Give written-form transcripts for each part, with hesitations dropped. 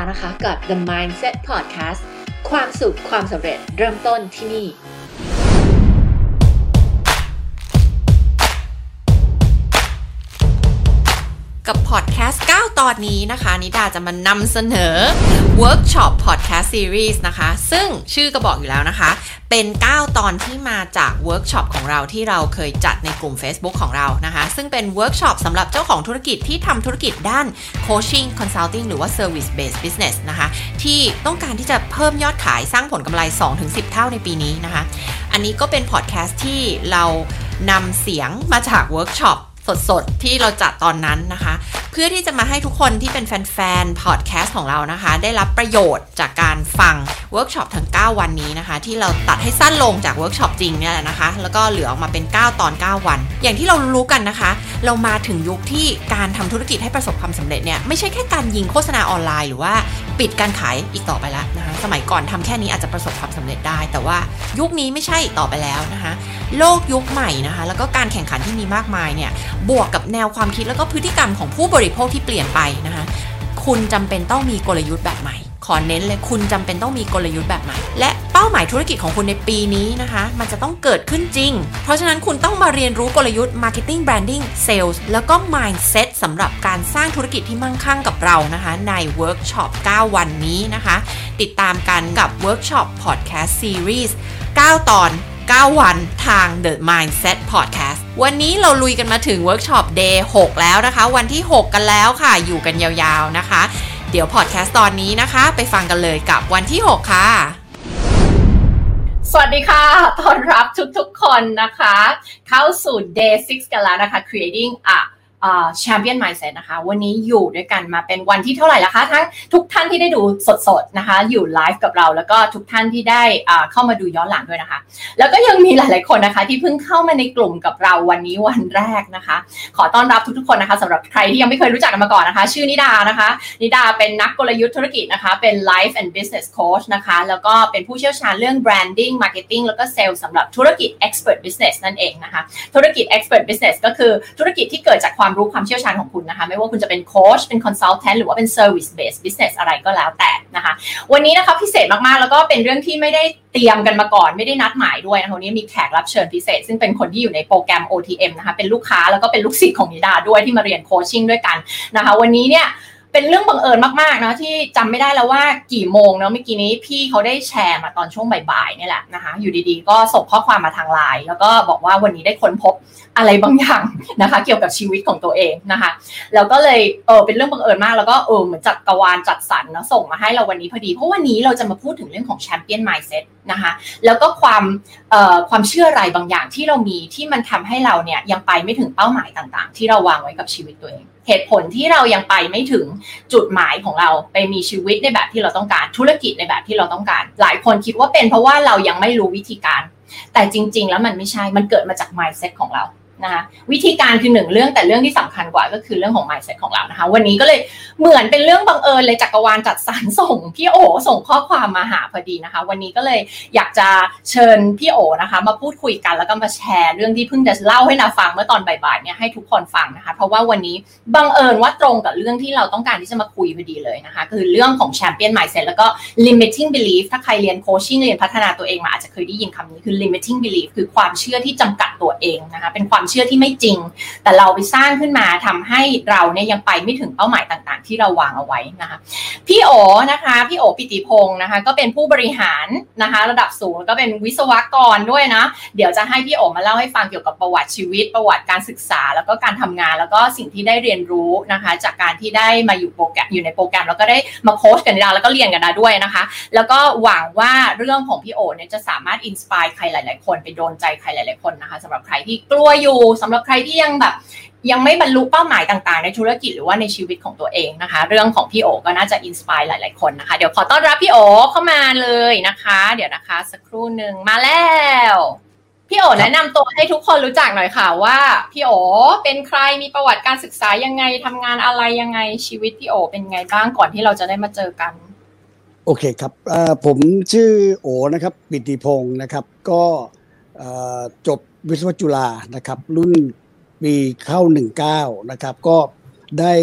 นะคะกับ The Mindset Podcast ความสุขความสำเร็จเริ่มต้นที่นี่กับพอดแคสต์9ตอนนี้นะคะนิดาจะมานำเสนอ Workshop Podcast Series นะคะซึ่งชื่อก็บอกอยู่แล้วนะคะเป็น9ตอนที่มาจากเวิร์กช็อปของเราที่เราเคยจัดในกลุ่ม Facebook ของเรานะคะซึ่งเป็นเวิร์กช็อปสำหรับเจ้าของธุรกิจที่ทำธุรกิจด้าน Coaching Consulting หรือว่า Service Based Business นะคะที่ต้องการที่จะเพิ่มยอดขายสร้างผลกำไร 2-10 เท่าในปีนี้นะคะอันนี้ก็เป็นพอดแคสต์ที่เรานำเสียงมาจากเวิร์กช็อปสดๆที่เราจัดตอนนั้นนะคะเพื่อที่จะมาให้ทุกคนที่เป็นแฟนๆพอดแคสต์ของเรานะคะได้รับประโยชน์จากการฟังเวิร์กช็อปทั้ง9วันนี้นะคะที่เราตัดให้สั้นลงจากเวิร์กช็อปจริงเนี่ยแหละนะคะแล้วก็เหลือออกมาเป็น9ตอน9วันอย่างที่เรารู้กันนะคะเรามาถึงยุคที่การทำธุรกิจให้ประสบความสำเร็จเนี่ยไม่ใช่แค่การยิงโฆษณาออนไลน์หรือว่าปิดการขายอีกต่อไปแล้วนะคะสมัยก่อนทำแค่นี้อาจจะประสบความสำเร็จได้แต่ว่ายุคนี้ไม่ใช่ต่อไปแล้วนะคะโลกยุคใหม่นะคะแล้วก็การแข่งขันที่มีมากมายเนี่ยบวกกับแนวความคิดแล้วก็พฤติกรรมของผู้บริโภคที่เปลี่ยนไปนะคะคุณจำเป็นต้องมีกลยุทธ์แบบใหม่ขอเน้นเลยคุณจำเป็นต้องมีกลยุทธ์แบบใหม่และเป้าหมายธุรกิจของคุณในปีนี้นะคะมันจะต้องเกิดขึ้นจริงเพราะฉะนั้นคุณต้องมาเรียนรู้กลยุทธ์ Marketing Branding Sales แล้วก็ Mindset สำหรับการสร้างธุรกิจที่มั่งคั่งกับเรานะคะในเวิร์กช็อป9วันนี้นะคะติดตามกันกับเวิร์กช็อป Podcast Series 9 ตอน9วันทาง The Mindset Podcast วันนี้เราลุยกันมาถึงเวิร์กช็อป Day 6 แล้วนะคะวันที่6กันแล้วค่ะอยู่กันยาวๆนะคะเดี๋ยวพอดแคสต์ตอนนี้นะคะไปฟังกันเลยกับวันที่6ค่ะสวัสดีค่ะต้อนรับทุกๆคนนะคะเข้าสู่ Day 6 กันแล้วนะคะ Creating a Champion Mindset นะคะวันนี้อยู่ด้วยกันมาเป็นวันที่เท่าไหร่แล้วคะทั้งทุกท่านที่ได้ดูสดๆนะคะอยู่ไลฟ์กับเราแล้วก็ทุกท่านที่ได้เข้ามาดูย้อนหลังด้วยนะคะแล้วก็ยังมีหลายๆคนนะคะที่เพิ่งเข้ามาในกลุ่มกับเราวันนี้วันแรกนะคะขอต้อนรับทุกๆคนนะคะสำหรับใครที่ยังไม่เคยรู้จักกันมาก่อนนะคะชื่อนิดานะคะนิดาเป็นนักกลยุทธ์ธุรกิจนะคะเป็น Life and Business Coach นะคะแล้วก็เป็นผู้เชี่ยวชาญเรื่อง Branding Marketing แล้วก็ Sales สำหรับธุรกิจ Expert Business นั่นเองนะคะธุรกิจ Expert Business ก็คือธุรกิจที่เกิดจากความรู้ความเชี่ยวชาญของคุณนะคะไม่ว่าคุณจะเป็นโค้ชเป็นคอนซัลแทนต์หรือว่าเป็น service based business อะไรก็แล้วแต่นะคะวันนี้นะคะพิเศษมากๆแล้วก็เป็นเรื่องที่ไม่ได้เตรียมกันมาก่อนไม่ได้นัดหมายด้วยนะคะวันนี้มีแขกรับเชิญพิเศษซึ่งเป็นคนที่อยู่ในโปรแกรม OTM นะคะเป็นลูกค้าแล้วก็เป็นลูกศิษย์ของนิดาด้วยที่มาเรียนโคชชิ่งด้วยกันนะคะวันนี้เนี่ยเป็นเรื่องบังเอิญมากๆนะที่จำไม่ได้แล้วว่ากี่โมงเนาะเมื่อกี้นี้พี่เขาได้แชร์มาตอนช่วงบ่ายๆนี่แหละนะคะอยู่ดีๆก็ส่งข้อความมาทางไลน์แล้วก็บอกว่าวันนี้ได้ค้นพบอะไรบางอย่างนะคะเกี่ยวกับชีวิตของตัวเองนะคะแล้วก็เลยเป็นเรื่องบังเอิญมากแล้วก็เหมือนจักรวาลจัดสรรนะส่งมาให้เราวันนี้พอดีเพราะวันนี้เราจะมาพูดถึงเรื่องของ Champion Mindset นะคะแล้วก็ความเชื่ออะไรบางอย่างที่เรามีที่มันทำให้เราเนี่ยยังไปไม่ถึงเป้าหมายต่างๆที่เราวางไว้กับชีวิตตัวเองเหตุผลที่เรายังไปไม่ถึงจุดหมายของเราไปมีชีวิตในแบบที่เราต้องการธุรกิจในแบบที่เราต้องการหลายคนคิดว่าเป็นเพราะว่าเรายังไม่รู้วิธีการแต่จริงๆแล้วมันไม่ใช่มันเกิดมาจาก mindset ของเรานะคะวิธีการคือ1เรื่องแต่เรื่องที่สำคัญกว่าก็คือเรื่องของ mindset ของเรานะคะวันนี้ก็เลยเหมือนเป็นเรื่องบังเอิญเลยจักรวาลจัดสรรส่งพี่โอส่งข้อความมาหาพอดีนะคะวันนี้ก็เลยอยากจะเชิญพี่โอนะคะมาพูดคุยกันแล้วก็มาแชร์เรื่องที่เพิ่งจะเล่าให้นาฟังเมื่อตอนบ่ายๆเนี่ยให้ทุกคนฟังนะคะเพราะว่าวันนี้บังเอิญว่าตรงกับเรื่องที่เราต้องการที่จะมาคุยพอดีเลยนะคะคือเรื่องของ Champion Mindset แล้วก็ Limiting Belief ถ้าใครเรียน Coaching เรียนพัฒนาตัวเองมาอาจจะเคยได้ยินคำนี้คือ Limiting Belief คือความเชื่อที่จำกัดตัวเองนะคะเป็นความเชื่อที่ไม่จริงแต่เราไปสร้างขึ้นมาทำให้เราเนี่ยยังไปไม่ถึงเป้าหมายต่างๆที่เราวางเอาไว้นะคะพี่โอนะคะพี่โอปิติพงศ์นะคะก็เป็นผู้บริหารนะคะระดับสูงก็เป็นวิศวกรด้วยนะเดี๋ยวจะให้พี่โอมาเล่าให้ฟังเกี่ยวกับประวัติชีวิตประวัติการศึกษาแล้วก็การทำงานแล้วก็สิ่งที่ได้เรียนรู้นะคะจากการที่ได้มาอยู่ในโปรแกรมแล้วก็ได้มาโค้ชกันแล้วก็เรียนกันด้วยนะคะแล้วก็หวังว่าเรื่องของพี่โอเนี่ยจะสามารถอินสไปร์ใครหลายๆคนไปโดนใจใครหลายๆคนนะคะสำหรับใครที่กลัวอยู่สำหรับใครที่ยังไม่บรรลุเป้าหมายต่างๆในธุรกิจหรือว่าในชีวิตของตัวเองนะคะเรื่องของพี่โอก็น่าจะอินสไปร์หลายๆคนนะคะเดี๋ยวขอต้อนรับพี่โอเข้ามาเลยนะคะเดี๋ยวนะคะสักครู่นึงมาแล้วพี่โอแนะนำตัวให้ทุกคนรู้จักหน่อยค่ะว่าพี่โอเป็นใครมีประวัติการศึกษายังไงทำงานอะไรยังไงชีวิตพี่โอเป็นไงบ้างก่อนที่เราจะได้มาเจอกันโอเคครับผมชื่อโอนะครับปิติพงศ์นะครับก็จบวิศวะจุฬานะครับรุ่นปีเข้า19นะครับก็ได้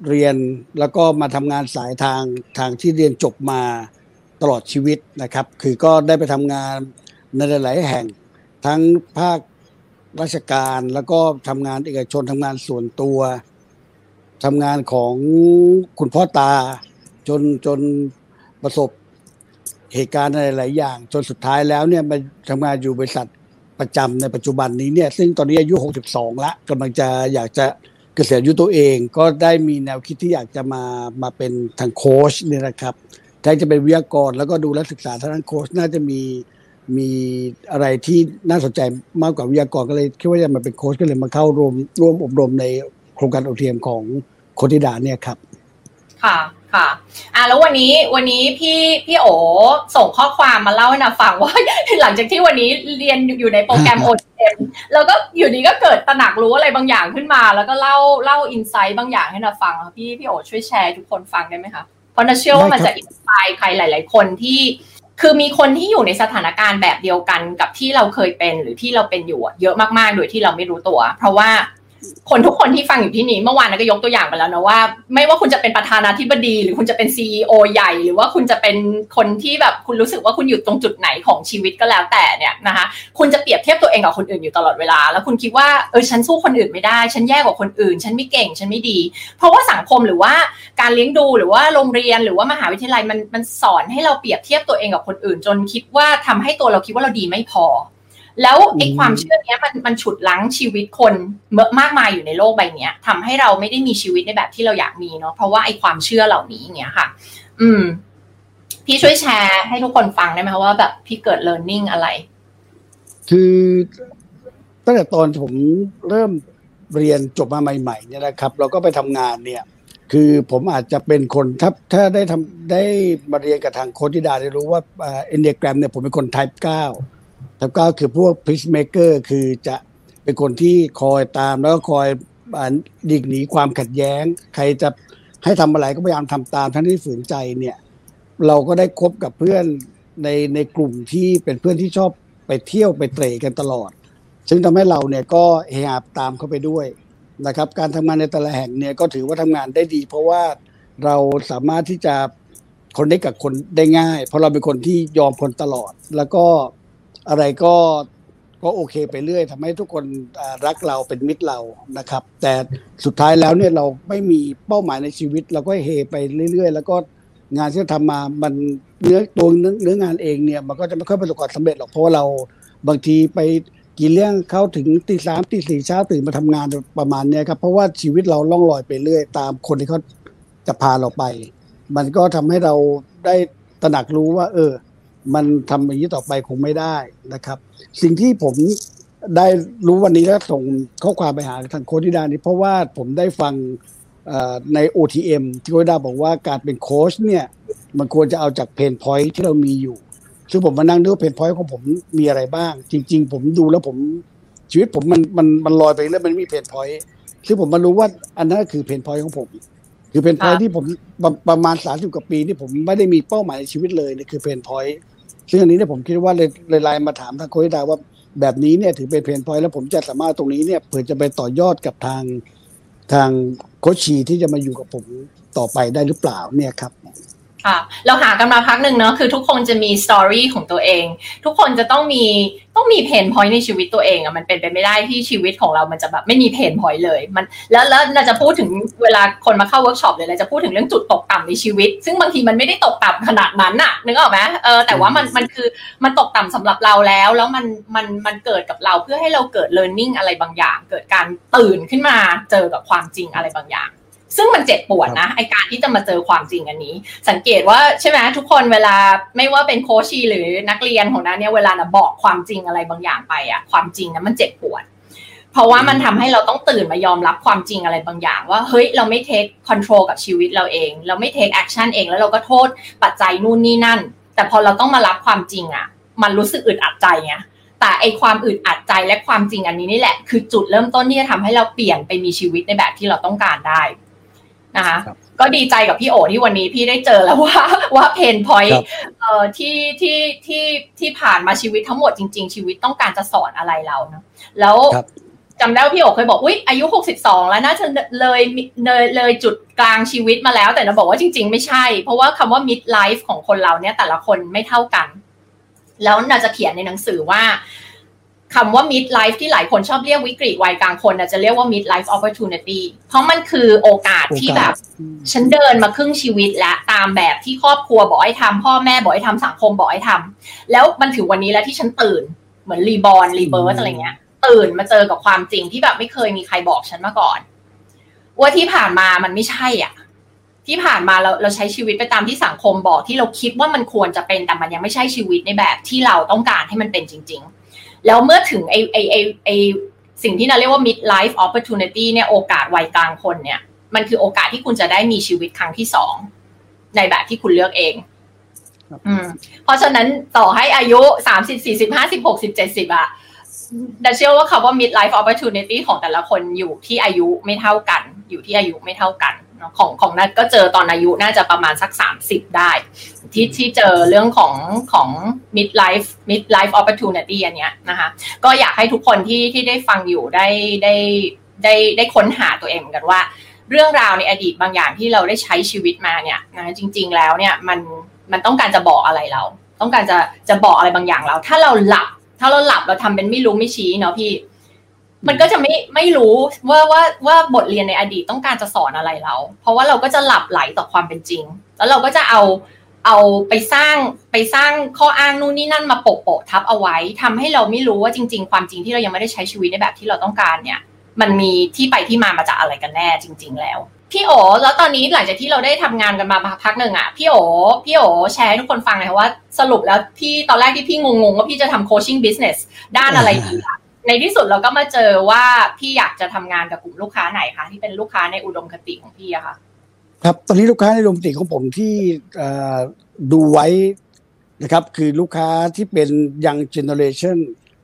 เรียนแล้วก็มาทำงานสายทางที่เรียนจบมาตลอดชีวิตนะครับคือก็ได้ไปทำงานในหลายๆแห่งทั้งภาคราชการแล้วก็ทำงานเอกชนทำงานส่วนตัวทำงานของคุณพ่อตาจนประสบเหตุการณ์หลายๆอย่างจนสุดท้ายแล้วเนี่ยมาทำงานอยู่บริษัทประจำในปัจจุบันนี้เนี่ยซึ่งตอนนี้อายุ62ละกำลังจะอยากจะเกษียณอายุตัวเองก็ได้มีแนวคิดที่อยากจะมาเป็นทางโค้ชเนี่ยนะครับแทนจะเป็นวิทยากรแล้วก็ดูแลศึกษาทางด้านโค้ชน่าจะมีอะไรที่น่าสนใจมากกว่าวิทยากรก็เลยคิดว่าจะมาเป็นโค้ชก็เลยมาเข้าร่วมอบรมในโครงการ OTM ของโคติดาเนี่ยครับค่ะแล้ววันนี้พี่โอส่งข้อความมาเล่าให้นาฟังว่าหลังจากที่วันนี้เรียนอยู่ในโปรแกรม OTM แล้วก็อยู่ดีก็เกิดตระหนักรู้อะไรบางอย่างขึ้นมาแล้วก็เล่าอินไซต์บางอย่างให้นาฟังพี่โอช่วยแชร์ทุกคนฟังได้ไหมคะเพราะนาเชื่อว่ามันจะอินสไปร์ใครหลายๆคนที่คือมีคนที่อยู่ในสถานการณ์แบบเดียวกันกับที่เราเคยเป็นหรือที่เราเป็นอยู่เยอะมากๆโดยที่เราไม่รู้ตัวเพราะว่าคนทุกคนที่ฟังอยู่ที่นี้เมื่อวานก็ยกตัวอย่างไปแล้วนะว่าไม่ว่าคุณจะเป็นประธานาธิบดีหรือคุณจะเป็น CEO ใหญ่หรือว่าคุณจะเป็นคนที่แบบคุณรู้สึกว่าคุณอยู่ตรงจุดไหนของชีวิตก็แล้วแต่เนี่ยนะคะคุณจะเปรียบเทียบตัวเองกับคนอื่นอยู่ตลอดเวลาแล้วคุณคิดว่าฉันสู้คนอื่นไม่ได้ฉันแย่กว่าคนอื่นฉันไม่เก่งฉันไม่ดีเพราะว่าสังคมหรือว่าการเลี้ยงดูหรือว่าโรงเรียนหรือว่ามหาวิทยาลัยมันสอนให้เราเปรียบเทียบตัวเองกับคนอื่นจนคิดว่าทำให้ตัวเราคิดว่าเราดีไม่พอแล้วไอ้ความเชื่อนี้มันฉุดรั้งชีวิตคนมากมายอยู่ในโลกใบนี้ทำให้เราไม่ได้มีชีวิตในแบบที่เราอยากมีเนาะเพราะว่าไอ้ความเชื่อเหล่านี้อย่างเงี้ยค่ะพี่ช่วยแชร์ให้ทุกคนฟังได้ไหมคะว่าแบบพี่เกิด learning อะไรคือตั้งแต่ตอนผมเริ่มเรียนจบมาใหม่ๆเนี่ยนะครับเราก็ไปทำงานเนี่ยคือผมอาจจะเป็นคนถ้าได้มาเรียนกับทางโค้ชธิดาได้รู้ว่าEnneagramเนี่ยผมเป็นคน Type 9แล้วก็คือพวก peacemaker คือจะเป็นคนที่คอยตามแล้วก็คอยหลีกหนีความขัดแย้งใครจะให้ทำอะไรก็พยายามทำตามทั้งที่ฝืนใจเนี่ยเราก็ได้คบกับเพื่อนในกลุ่มที่เป็นเพื่อนที่ชอบไปเที่ยวไปเตร่กันตลอดซึ่งทำให้เราเนี่ยก็เฮฮาตามเข้าไปด้วยนะครับการทำงานในแต่ละแห่งเนี่ยก็ถือว่าทำงานได้ดีเพราะว่าเราสามารถที่จะคนได้กับคนได้ง่ายเพราะเราเป็นคนที่ยอมคนตลอดแล้วก็อะไรก็โอเคไปเรื่อยทำให้ทุกคนรักเราเป็นมิตรเรานะครับแต่สุดท้ายแล้วเนี่ยเราไม่มีเป้าหมายในชีวิตเราก็เฮไปเรื่อยๆแล้วก็งานที่ทำมามันเนื้องานเองเนี่ยมันก็จะไม่ค่อยประสบความสำเร็จหรอกเพราะว่าเราบางทีไปกี่เรื่องเข้าถึงตี 3 ตี 4เช้าตื่นมาทำงานประมาณนี้ครับเพราะว่าชีวิตเราล่องลอยไปเรื่อยตามคนที่เขาจะพาเราไปมันก็ทำให้เราได้ตระหนักรู้ว่ามันทำอย่างนี้ต่อไปคงไม่ได้นะครับสิ่งที่ผมได้รู้วันนี้แล้วส่งข้อความไปหาทางโค้ชธิดานี่เพราะว่าผมได้ฟังใน OTM ที่โค้ชธิดาบอกว่าการเป็นโค้ชเนี่ยมันควรจะเอาจากเพนพอยท์ที่เรามีอยู่ซึ่งผมมานั่งดูเพนพอยท์ของผมมีอะไรบ้างจริงๆผมดูแล้วผมชีวิตผมมันลอยไปเรื่อยมันมีเพนพอยท์ซึ่งผมมารู้ว่าอันนั้นคือเพนพอยท์ของผมคือเพนพอยท์ที่ผมประมาณ30กว่าปีที่ผมไม่ได้มีเป้าหมายในชีวิตเลยนี่คือเพนพอยท์ซึ่งอันนี้เนี่ยผมคิดว่าเลยไลน์มาถามทางโค้ชดาว่าแบบนี้เนี่ยถือเป็นเพนพอยต์แล้วผมจะสามารถตรงนี้เนี่ยเผื่อจะไปต่อยอดกับทางโค้ชชีที่จะมาอยู่กับผมต่อไปได้หรือเปล่าเนี่ยครับเราหากันมาพักหนึ่งเนาะคือทุกคนจะมีสตอรี่ของตัวเองทุกคนจะต้องมีเพนพอยต์ในชีวิตตัวเองมันเป็นไปไม่ได้ที่ชีวิตของเรามันจะแบบไม่มีเพนพอยต์เลยมันแล้วเราจะพูดถึงเวลาคนมาเข้าเวิร์กช็อปเลยเราจะพูดถึงเรื่องจุดตกต่ำในชีวิตซึ่งบางทีมันไม่ได้ตกต่ำขนาดนั้นน่ะนึกออกไหมแต่ว่ามันคือมันตกต่ำสำหรับเราแล้วมันเกิดกับเราเพื่อให้เราเกิด learning อะไรบางอย่างเกิดการตื่นขึ้นมาเจอกับความจริงอะไรบางอย่างซึ่งมันเจ็บปวดนะไอการที่จะมาเจอความจริงอันนี้สังเกตว่าใช่ไหมทุกคนเวลาไม่ว่าเป็นโค้ชหรือนักเรียนของนั้นเนี่ยเวลาบอกความจริงอะไรบางอย่างไปความจริงนั้นมันเจ็บปวดเพราะว่ามันทำให้เราต้องตื่นมายอมรับความจริงอะไรบางอย่างว่าเฮ้ยเราไม่เทคคอนโทรลกับชีวิตเราเองเราไม่เทคแอคชั่นเองแล้วเราก็โทษปัจจัยนู่นนี่นั่นแต่พอเราต้องมารับความจริงมันรู้สึกอึดอัดใจไงแต่ไอความอึดอัดใจและความจริงอันนี้นี่แหละคือจุดเริ่มต้นที่จะทำให้เราเปลี่ยนไปมีชีวิตในแบบที่เราต้องการได้นะคะก็ดีใจกับพี่โอที่วันนี้พี่ได้เจอแล้วว่าเพนพอยท์ที่ผ่านมาชีวิตทั้งหมดจริงๆชีวิตต้องการจะสอนอะไรเรานะแล้วจำได้ว่าพี่โอ๋เคยบอกอุ๊ยอายุ62แล้วน่าจะเลยจุดกลางชีวิตมาแล้วแต่เราบอกว่าจริงๆไม่ใช่เพราะว่าคำว่า mid life ของคนเราเนี่ยแต่ละคนไม่เท่ากันแล้วน่าจะเขียนในหนังสือว่าคำว่า mid life ที่หลายคนชอบเรียกวิกฤตวัยกลางคนจะเรียกว่า mid life opportunity เพราะมันคือโอกาสที่แบบฉันเดินมาครึ่งชีวิตแล้วตามแบบที่ครอบครัวบอกให้ทำพ่อแม่บอกให้ทำสังคมบอกให้ทำแล้วมันถึงวันนี้แล้วที่ฉันตื่นเหมือนรีบอร์นรีเบิร์ธอะไรเงี้ยตื่นมาเจอกับความจริงที่แบบไม่เคยมีใครบอกฉันมาก่อนว่าที่ผ่านมามันไม่ใช่อ่ะที่ผ่านมาเราใช้ชีวิตไปตามที่สังคมบอกที่เราคิดว่ามันควรจะเป็นแต่มันยังไม่ใช่ชีวิตในแบบที่เราต้องการให้มันเป็นจริงๆแล้วเมื่อถึงไอสิ่งที่เราเรียกว่า mid life opportunity เนี่ยโอกาสวัยกลางคนเนี่ยมันคือโอกาสที่คุณจะได้มีชีวิตครั้งที่2ในแบบที่คุณเลือกเองเพราะฉะนั้นต่อให้อายุ30 40 50 60 70อ่ะแต่เชื่อว่าคำว่า mid life opportunity ของแต่ละคนอยู่ที่อายุไม่เท่ากันของนัทก็เจอตอนอายุน่าจะประมาณสัก30ได้ที่เจอเรื่องของ mid life opportunity อันเนี้ยนะคะก็อยากให้ทุกคนที่ได้ฟังอยู่ได้ค้นหาตัวเองเหมือนกันว่าเรื่องราวในอดีตบางอย่างที่เราได้ใช้ชีวิตมาเนี่ยนะจริงๆแล้วเนี่ยมันต้องการจะบอกอะไรเราต้องการจะบอกอะไรบางอย่างเราถ้าเราหลับเราทำเป็นไม่รู้ไม่ชี้เนาะพี่มันก็จะไม่รู้ว่าบทเรียนในอดีตต้องการจะสอนอะไรเราเพราะว่าเราก็จะหลับไหลต่อความเป็นจริงแล้วเราก็จะเอาไปสร้างข้ออ้างนู่นนี่นั่นมาโปะทับเอาไว้ทำให้เราไม่รู้ว่าจริงๆความจริงที่เรายังไม่ได้ใช้ชีวิตในแบบที่เราต้องการเนี่ยมันมีที่ไปที่มาจากอะไรกันแน่จริงๆแล้วพี่โอแล้วตอนนี้หลังจากที่เราได้ทำงานกันมาพักหนึ่งอ่ะพี่โอแชร์ให้ทุกคนฟังหน่อยว่าสรุปแล้วพี่ตอนแรกที่พี่งงว่าพี่จะทำโคชชิ่งบิสเนสด้านอะไรดีในที่สุดเราก็มาเจอว่าพี่อยากจะทำงานกับกลุ่มลูกค้าไหนคะที่เป็นลูกค้าในอุดมคติของพี่อะคะครับตอนนี้ลูกค้าในอุดมคติของผมที่ดูไว้นะครับคือลูกค้าที่เป็น young generation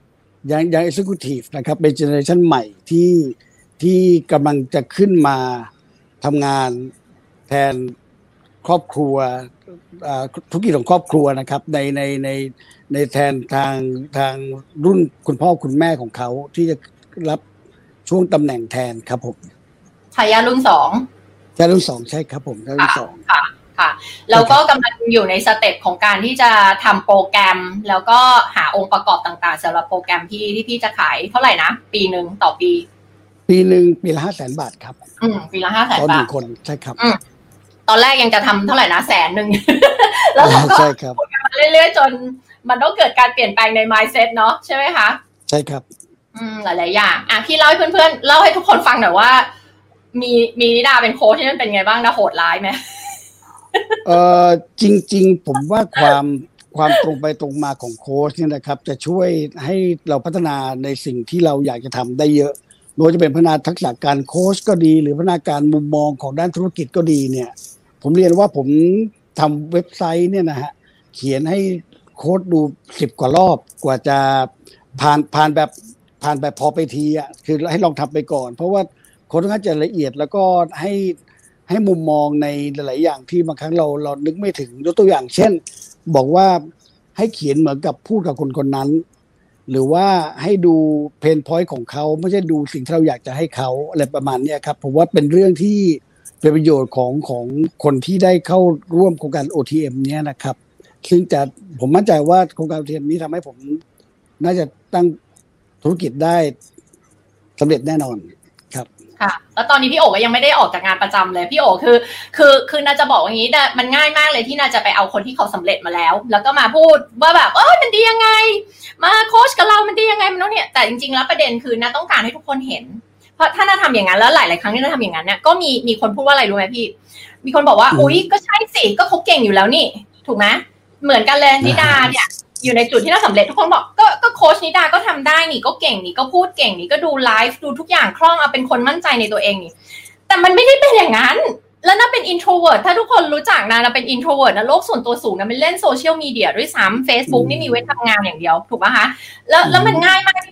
young executive นะครับเป็น generation ใหม่ที่กำลังจะขึ้นมาทำงานแทนครอบครัวธุรกิจของครอบครัวนะครับในแทนทางรุ่นคุณพ่อคุณแม่ของเขาที่จะรับช่วงตำแหน่งแทนครับผมทายาทรุ่น2 ทายาทรุ่น2ใช่ครับผมทายาทรุ่น2 ค่ะแล้วก็กำลังอยู่ในสเต็ปของการที่จะทำโปรแกรมแล้วก็หาองค์ประกอบต่างๆสำหรับโปรแกรมที่พี่จะขายเท่าไหร่นะปีนึงต่อปีนึงปีละ 500,000 บาทครับปีละ 500,000 บาทต่อ1คนใช่ครับตอนแรกยังจะทำเท่าไหร่นะ100,000แล้วเราก็เรื่อยๆจนมันต้องเกิดการเปลี่ยนแปลงใน mindset เนาะใช่ไหมคะใช่ครับหลายๆอย่างพี่เล่าให้เพื่อนๆเล่าให้ทุกคนฟังหน่อยว่ามีนิดาเป็นโค้ชที่นั่นเป็นไงบ้างนะโหดร้ายไหมจริงๆผมว่าความตรงไปตรงมาของโค้ชเนี่ยนะครับจะช่วยให้เราพัฒนาในสิ่งที่เราอยากจะทำได้เยอะไม่ว่าจะเป็นพัฒนาทักษะการโค้ชก็ดีหรือพัฒนาการมุมมองของด้านธุรกิจก็ดีเนี่ยผมเรียนว่าผมทำเว็บไซต์เนี่ยนะฮะเขียนให้โค้ชดู10 กว่ารอบกว่าจะผ่านแบบพอไปทีอ่ะคือให้ลองทำไปก่อนเพราะว่าโค้ชต้องจะละเอียดแล้วก็ให้มุมมองในหลายๆอย่างที่บางครั้งเรานึกไม่ถึงยกตัวอย่างเช่นบอกว่าให้เขียนเหมือนกับพูดกับคนคนนั้นหรือว่าให้ดูเพนพอยต์ของเขาไม่ใช่ดูสิ่งที่เราอยากจะให้เขาอะไรประมาณนี้ครับผมว่าเป็นเรื่องที่เป็นประโยชน์ของคนที่ได้เข้าร่วมโครงการ OTM เนี้ยนะครับซึ่งผมมั่นใจว่าโครงการ OTM นี้ทำให้ผมน่าจะตั้งธุรกิจได้สำเร็จแน่นอนครับค่ะแล้วตอนนี้พี่โอ๋ก็ยังไม่ได้ออกจากงานประจำเลยพี่โอ๋คือน่าจะบอกอย่างนี้มันง่ายมากเลยที่น่าจะไปเอาคนที่เขาสำเร็จมาแล้วก็มาพูดว่าแบบมันดียังไงมาโค้ชกับเรามันดียังไงมันเนี่ยแต่จริงๆแล้วประเด็นคือน่าต้องการให้ทุกคนเห็นเพราะถ้าน่าทำอย่างนั้นแล้วหลายๆครั้งที่น่าทำอย่างนั้นเนี่ยก็มีคนพูดว่าอะไรรู้ไหมพี่มีคนบอกว่าอุ๊ยก็ใช่สิก็เขาเก่งอยู่แล้วนี่ถูกไหมเหมือนกันเลยนิดาเนี่ยอยู่ในจุดที่น่าสำเร็จทุกคนบอกก็โค้ชนิดาก็ทำได้นี่ก็เก่งนี่ก็พูดเก่งนี่ก็ดูไลฟ์ดูทุกอย่างคล่องเอาเป็นคนมั่นใจในตัวเองนี่แต่มันไม่ได้เป็นอย่างนั้นแล้วน่าเป็น introvert ถ้าทุกคนรู้จักนะเป็น introvert นะโลกส่วนตัวสูงนะมันเล่นโซเชียลมีเดียด้วยซ้ำ Facebook นี่มีไว้ทำงานอย่างเดียวถูกป่ะคะแล้วมันง่ายมากที่ทุกคนจะ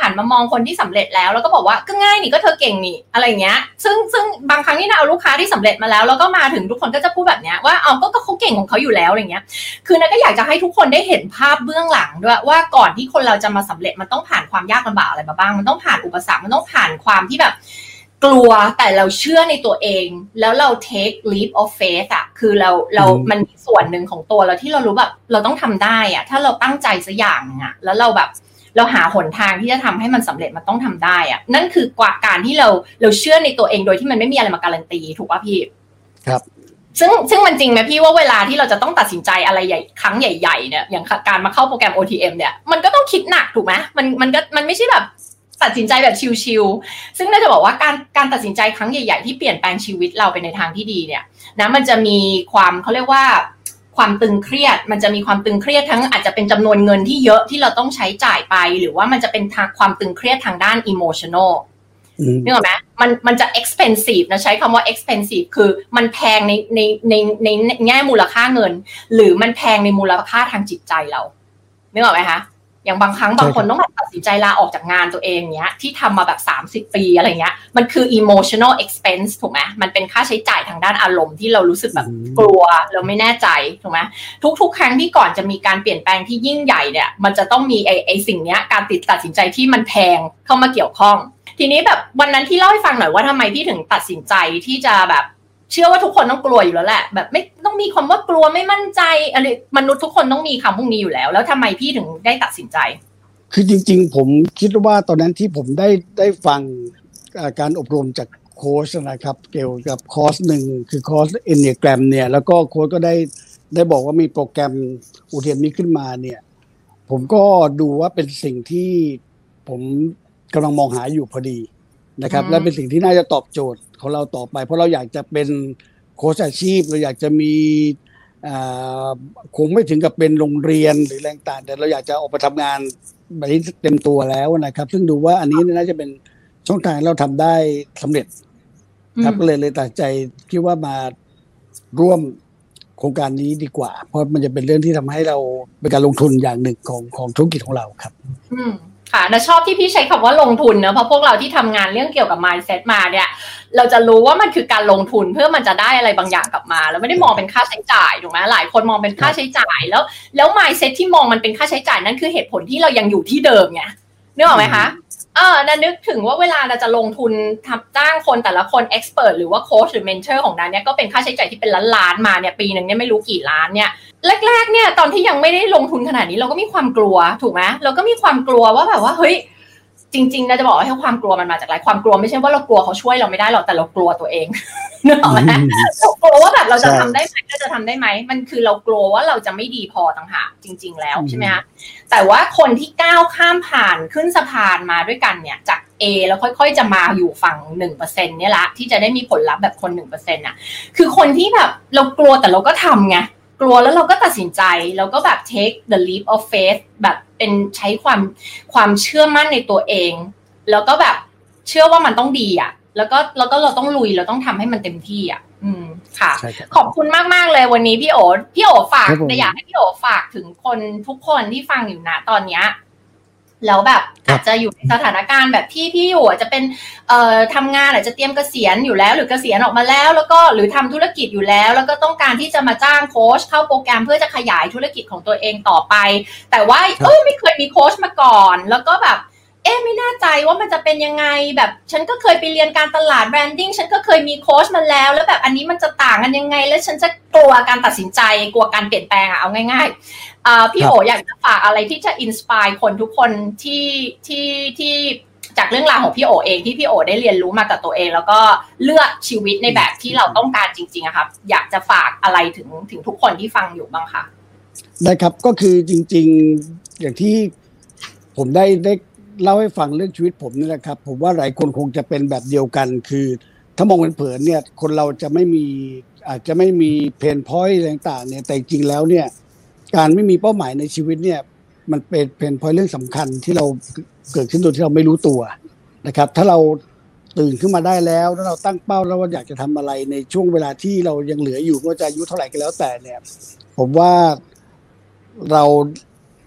หันมามองคนที่สำเร็จแล้วก็บอกว่าก็ง่ายนี่ก็เธอเก่งนี่อะไรเงี้ยซึ่งบางครั้งนี่นะเอาลูกค้าที่สำเร็จมาแล้วก็มาถึงทุกคนก็จะพูดแบบเนี้ยว่าเอาก็เขาเก่งของเขาอยู่แล้วอะไรเงี้ยคือนะก็อยากจะให้ทุกคนได้เห็นภาพเบื้องหลังด้วยว่าก่อนที่คนเราจะมาสำเร็จมันต้องผ่านความยากลำบากอะไรมาบ้างมันต้องผ่านอุปสรรคมันต้องผ่านความที่แบบกลัวแต่เราเชื่อในตัวเองแล้วเรา take leap of faith อ่ะคือเรามันมีส่วนหนึ่งของตัวเราที่เรารู้แบบเราต้องทำได้อ่ะถ้าเราตั้งใจสักอย่างนึงอ่ะแล้วเราแบบเราหาหนทางที่จะทำให้มันสำเร็จมันต้องทำได้อ่ะนั่นคือกว่าการที่เราเชื่อในตัวเองโดยที่มันไม่มีอะไรมาการันตีถูกป่ะพี่ครับซึ่งมันจริงไหมพี่ว่าเวลาที่เราจะต้องตัดสินใจอะไรใหญ่ครั้งใหญ่ๆเนี่ยอย่างการมาเข้าโปรแกรม OTM เนี่ยมันก็ต้องคิดหนักถูกไหมมันไม่ใช่แบบตัดสินใจแบบชิลๆซึ่งน่าจะบอกว่าการตัดสินใจครั้งใหญ่ๆที่เปลี่ยนแปลงชีวิตเราไปในทางที่ดีเนี่ยนะมันจะมีความเขาเรียกว่าความตึงเครียดมันจะมีความตึงเครียดทั้งอาจจะเป็นจำนวนเงินที่เยอะที่เราต้องใช้จ่ายไปหรือว่ามันจะเป็นความตึงเครียดทางด้าน emotional นึกออกไหมมันจะ expensive นะใช้คำว่า expensive คือมันแพงในแง่มูลค่าเงินหรือมันแพงในมูลค่าทางจิตใจเรานึกออกไหมคะอย่างบางครั้งบางคนต้องตัดสินใจลาออกจากงานตัวเองเนี้ยที่ทำมาแบบ30 ปีอะไรเงี้ยมันคือ emotional expense ถูกไหมมันเป็นค่าใช้จ่ายทางด้านอารมณ์ที่เรารู้สึกแบบกลัวเราไม่แน่ใจถูกไหมทุกครั้งที่ก่อนจะมีการเปลี่ยนแปลงที่ยิ่งใหญ่เนี่ยมันจะต้องมีไอ้สิ่งเนี้ยการตัดสินใจที่มันแพงเข้ามาเกี่ยวข้องทีนี้แบบวันนั้นที่เล่าให้ฟังหน่อยว่าทำไมพี่ถึงตัดสินใจที่จะแบบเชื่อว่าทุกคนต้องกลัวอยู่แล้วแหละแบบไม่ต้องมีคำว่ากลัวไม่มั่นใจอะไรมนุษย์ทุกคนต้องมีคำพวกนี้อยู่แล้วทำไมพี่ถึงได้ตัดสินใจคือจริงๆผมคิดว่าตอนนั้นที่ผมได้ฟังการอบรมจากโค้ชนะครับเกี่ยวกับคอร์สหนึ่งคือคอร์ส Enneagram เนี่ยแล้วก็โค้ชก็ได้บอกว่ามีโปรแกรมอุเทนนี้ขึ้นมาเนี่ยผมก็ดูว่าเป็นสิ่งที่ผมกำลังมองหาอยู่พอดีนะครับและเป็นสิ่งที่น่าจะตอบโจทย์ของเราต่อไปเพราะเราอยากจะเป็นโค้ชอาชีพเราอยากจะมีคงไม่ถึงกับเป็นโรงเรียนหรือแรงต่างแต่เราอยากจะออกไปทำงานแบบนี้เต็มตัวแล้วนะครับซึ่งดูว่าอันนี้น่าจะเป็นช่องทางเราทำได้สำเร็จครับก็เลยตัดใจคิดว่ามาร่วมโครงการนี้ดีกว่าเพราะมันจะเป็นเรื่องที่ทำให้เราเป็นการลงทุนอย่างหนึ่งของธุรกิจของเราครับค่ะนะชอบที่พี่ใช้คำว่าลงทุนนะเพราะพวกเราที่ทำงานเรื่องเกี่ยวกับ mindset มาเนี่ยเราจะรู้ว่ามันคือการลงทุนเพื่อมันจะได้อะไรบางอย่างกลับมาแล้วไม่ได้มองเป็นค่าใช้จ่ายถูกไหมหลายคนมองเป็นค่าใช้จ่ายแล้ว mindset ที่มองมันเป็นค่าใช้จ่ายนั่นคือเหตุผลที่เรายังอยู่ที่เดิมไงนึกออกไหมคะนะนึกถึงว่าเวลาเราจะลงทุนจ้างคนแต่ละคน expert หรือว่าโค้ชหรือ mentor ของนั้นเนี่ยก็เป็นค่าใช้จ่ายที่เป็นล้านๆมาเนี่ยปีนึงเนี่ยไม่รู้กี่ล้านเนี่ยแรกๆเนี่ยตอนที่ยังไม่ได้ลงทุนขนาดนี้เราก็มีความกลัวถูกไหมเราก็มีความกลัวว่าแบบว่าเฮ้ยจริงๆนะจะบอกว่าความกลัวมันมาจากอะไรความกลัวไม่ใช่ว่าเรากลัวเขาช่วยเราไม่ได้หรอกแต่เรากลัวตัวเองนึกออกไหมเรากลัวว่าแบบเราจะทำได้ไหมเราจะทำได้ไหมมันคือเรากลัวว่าเราจะไม่ดีพอต่างหากจริงๆแล้วใช่ไหมคะแต่ว่าคนที่ก้าวข้ามผ่านขึ้นสะพานมาด้วยกันเนี่ยจาก A แล้วค่อยๆจะมาอยู่ฝั่ง 1% เนี่ยละที่จะได้มีผลลัพธ์แบบคน 1% น่ะคือคนที่แบบเรากลัวแต่เราก็ทำไงกลัวแล้วเราก็ตัดสินใจแล้วก็แบบ take the leap of faith แบบเป็นใช้ความเชื่อมั่นในตัวเองแล้วก็แบบเชื่อว่ามันต้องดีอ่ะแล้วก็เราต้องลุยเราต้องทำให้มันเต็มที่อ่ะค่ะขอบคุณมากๆเลยวันนี้พี่โอฝากแต่อยากให้พี่โอฝากถึงคนทุกคนที่ฟังอยู่นะตอนเนี้ยแล้วแบบอาจจะอยู่ในสถานการณ์แบบที่พี่อยู่อาจจะเป็นทำงานอาจจะเตรียมเกษียณอยู่แล้วหรือเกษียณออกมาแล้วก็หรือทำธุรกิจอยู่แล้วก็ต้องการที่จะมาจ้างโค้ชเข้าโปรแกรมเพื่อจะขยายธุรกิจของตัวเองต่อไปแต่ว่าไม่เคยมีโค้ชมาก่อนแล้วก็แบบไม่แน่ใจว่ามันจะเป็นยังไงแบบฉันก็เคยไปเรียนการตลาดแบรนดิ้งฉันก็เคยมีโค้ชมาแล้วแบบอันนี้มันจะต่างกันยังไงแล้วฉันจะกลัวการตัดสินใจกลัวการเปลี่ยนแปลงเอาง่ายๆพี่โออยากจะฝากอะไรที่จะอินสไปร์คนทุกคนที่จากเรื่องราวของพี่โอเองที่พี่โอได้เรียนรู้มากับตัวเองแล้วก็เลือกชีวิตในแบบที่เราต้องการจริงๆครับอยากจะฝากอะไรถึงทุกคนที่ฟังอยู่บ้างคะได้ครับก็คือจริงๆอย่างที่ผมได้เล่าให้ฟังเรื่องชีวิตผมนี่แหละครับผมว่าหลายคนคงจะเป็นแบบเดียวกันคือถ้ามองเผินๆเนี่ยคนเราจะไม่มีอาจจะไม่มีเพนพอยต์ต่างๆเนี่ยแต่จริงแล้วเนี่ยการไม่มีเป้าหมายในชีวิตเนี่ยมันเป็นเพนพอยต์เรื่องสำคัญที่เราเกิดขึ้นโดยที่เราไม่รู้ตัวนะครับถ้าเราตื่นขึ้นมาได้แล้วเราตั้งเป้าแล้วว่าอยากจะทำอะไรในช่วงเวลาที่เรายังเหลืออยู่ไม่ว่าจะอายุเท่าไหร่ก็แล้วแต่เนี่ยผมว่าเรา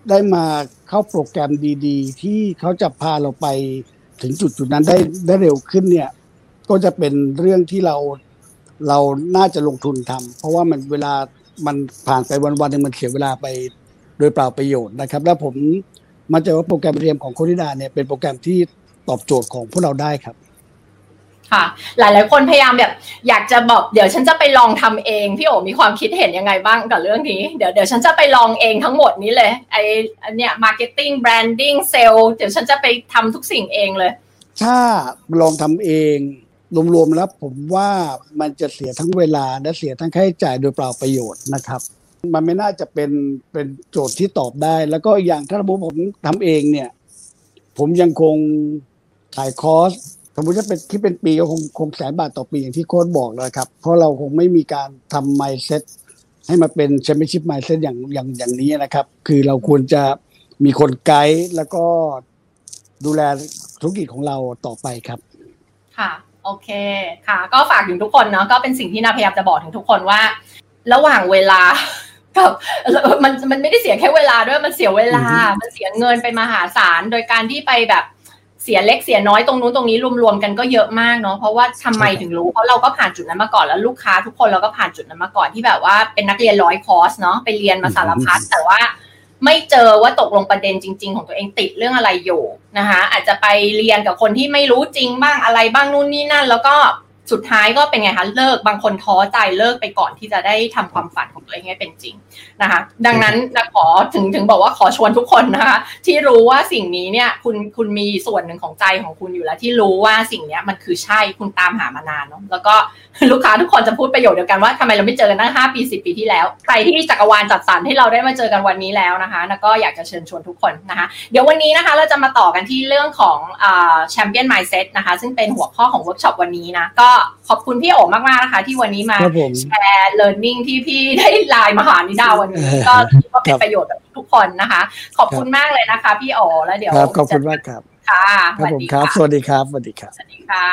ได้มาเข้าโปรแกรมดีๆที่เขาจะพาเราไปถึงจุดนั้นได้เร็วขึ้นเนี่ยก็จะเป็นเรื่องที่เราน่าจะลงทุนทำเพราะว่ามันเวลามันผ่านไปวันๆนึงมันเสียเวลาไปโดยเปล่าประโยชน์นะครับแล้วผมมั่นใจว่าโปรแกรมเรียนของโคนิดาเนี่ยเป็นโปรแกรมที่ตอบโจทย์ของพวกเราได้ครับค่ะหลายๆคนพยายามแบบอยากจะบอกเดี๋ยวฉันจะไปลองทำเองพี่โอมีความคิดเห็นยังไงบ้างกับเรื่องนี้เดี๋ยวฉันจะไปลองเองทั้งหมดนี้เลยอันเนี้ยมาร์เก็ตติ้งแบรนดิ้งเซลล์เดี๋ยวฉันจะไปทำทุกสิ่งเองเลยถ้าลองทำเองรวมๆแล้วผมว่ามันจะเสียทั้งเวลาและเสียทั้งค่าใช้จ่ายโดยเปล่าประโยชน์นะครับมันไม่น่าจะเป็นโจทย์ที่ตอบได้แล้วก็อย่างถ้าระบบผมทำเองเนี่ยผมยังคงขายคอร์สสมมติจะเป็นที่เป็นปีก็คง100,000 บาทต่อปีอย่างที่โค้ชบอกแล้วครับเพราะเราคงไม่มีการทำ mindset ให้มาเป็น championship mindset อย่างนี้นะครับคือเราควรจะมีคนไกด์แล้วก็ดูแลธุรกิจของเราต่อไปครับค่ะโอเคค่ะก็ฝากถึงทุกคนเนาะก็เป็นสิ่งที่นาพยายามจะบอกถึงทุกคนว่าระหว่างเวลากับมันไม่ได้เสียแค่เวลาด้วยมันเสียเวลามันเสียเงินไปมหาศาลโดยการที่ไปแบบเสียเล็กเสียน้อยตรงนู้นตรงนี้รวมๆกันก็เยอะมากเนาะเพราะว่าทำไมถึงรู้เพราะเราก็ผ่านจุดนั้นมาก่อนแล้วลูกค้าทุกคนเราก็ผ่านจุดนั้นมาก่อนที่แบบว่าเป็นนักเรียน100 คอร์สเนาะไปเรียนมาสารพัดแต่ว่าไม่เจอว่าตกลงประเด็นจริงๆของตัวเองติดเรื่องอะไรอยู่นะคะอาจจะไปเรียนกับคนที่ไม่รู้จริงบ้างอะไรบ้างนู่นนี่นั่นแล้วก็สุดท้ายก็เป็นไงคะเลิกบางคนท้อใจเลิกไปก่อนที่จะได้ทำความฝันของตัวเองให้เป็นจริงนะคะดังนั้นนะขอถึงบอกว่าขอชวนทุกคนนะคะที่รู้ว่าสิ่งนี้เนี่ยคุณมีส่วนหนึ่งของใจของคุณอยู่แล้วที่รู้ว่าสิ่งนี้มันคือใช่คุณตามหามานานเนาะแล้วก็ลูกค้าทุกคนจะพูดประโยชน์เดียวกันว่าทำไมเราไม่เจอกันตั้ง5 ปี 10 ปีที่แล้วใครที่จักรวาลจัดสรรให้เราได้มาเจอกันวันนี้แล้วนะคะแล้วก็อยากจะเชิญชวนทุกคนนะคะเดี๋ยววันนี้นะคะเราจะมาต่อกันที่เรื่องของChampion Mindset นะคะซึ่งเป็นหัวข้อของเวิร์กช็อปวันนี้นะก็ขอบคุณพี่โอ๋มากๆนะคะที่วันนี้มาแชร์ learning ที่พี่ได้ไลน์มาหานิดาวันนี้ก็เป็นประโยชน์กับทุกคนนะคะขอบคุณมากเลยนะคะพี่โอ๋แล้วเดี๋ยวขอบคุณมากครับค่ะสวัสดีครับสวัสดีครับสวัสดีครับสวัสดีค่ะ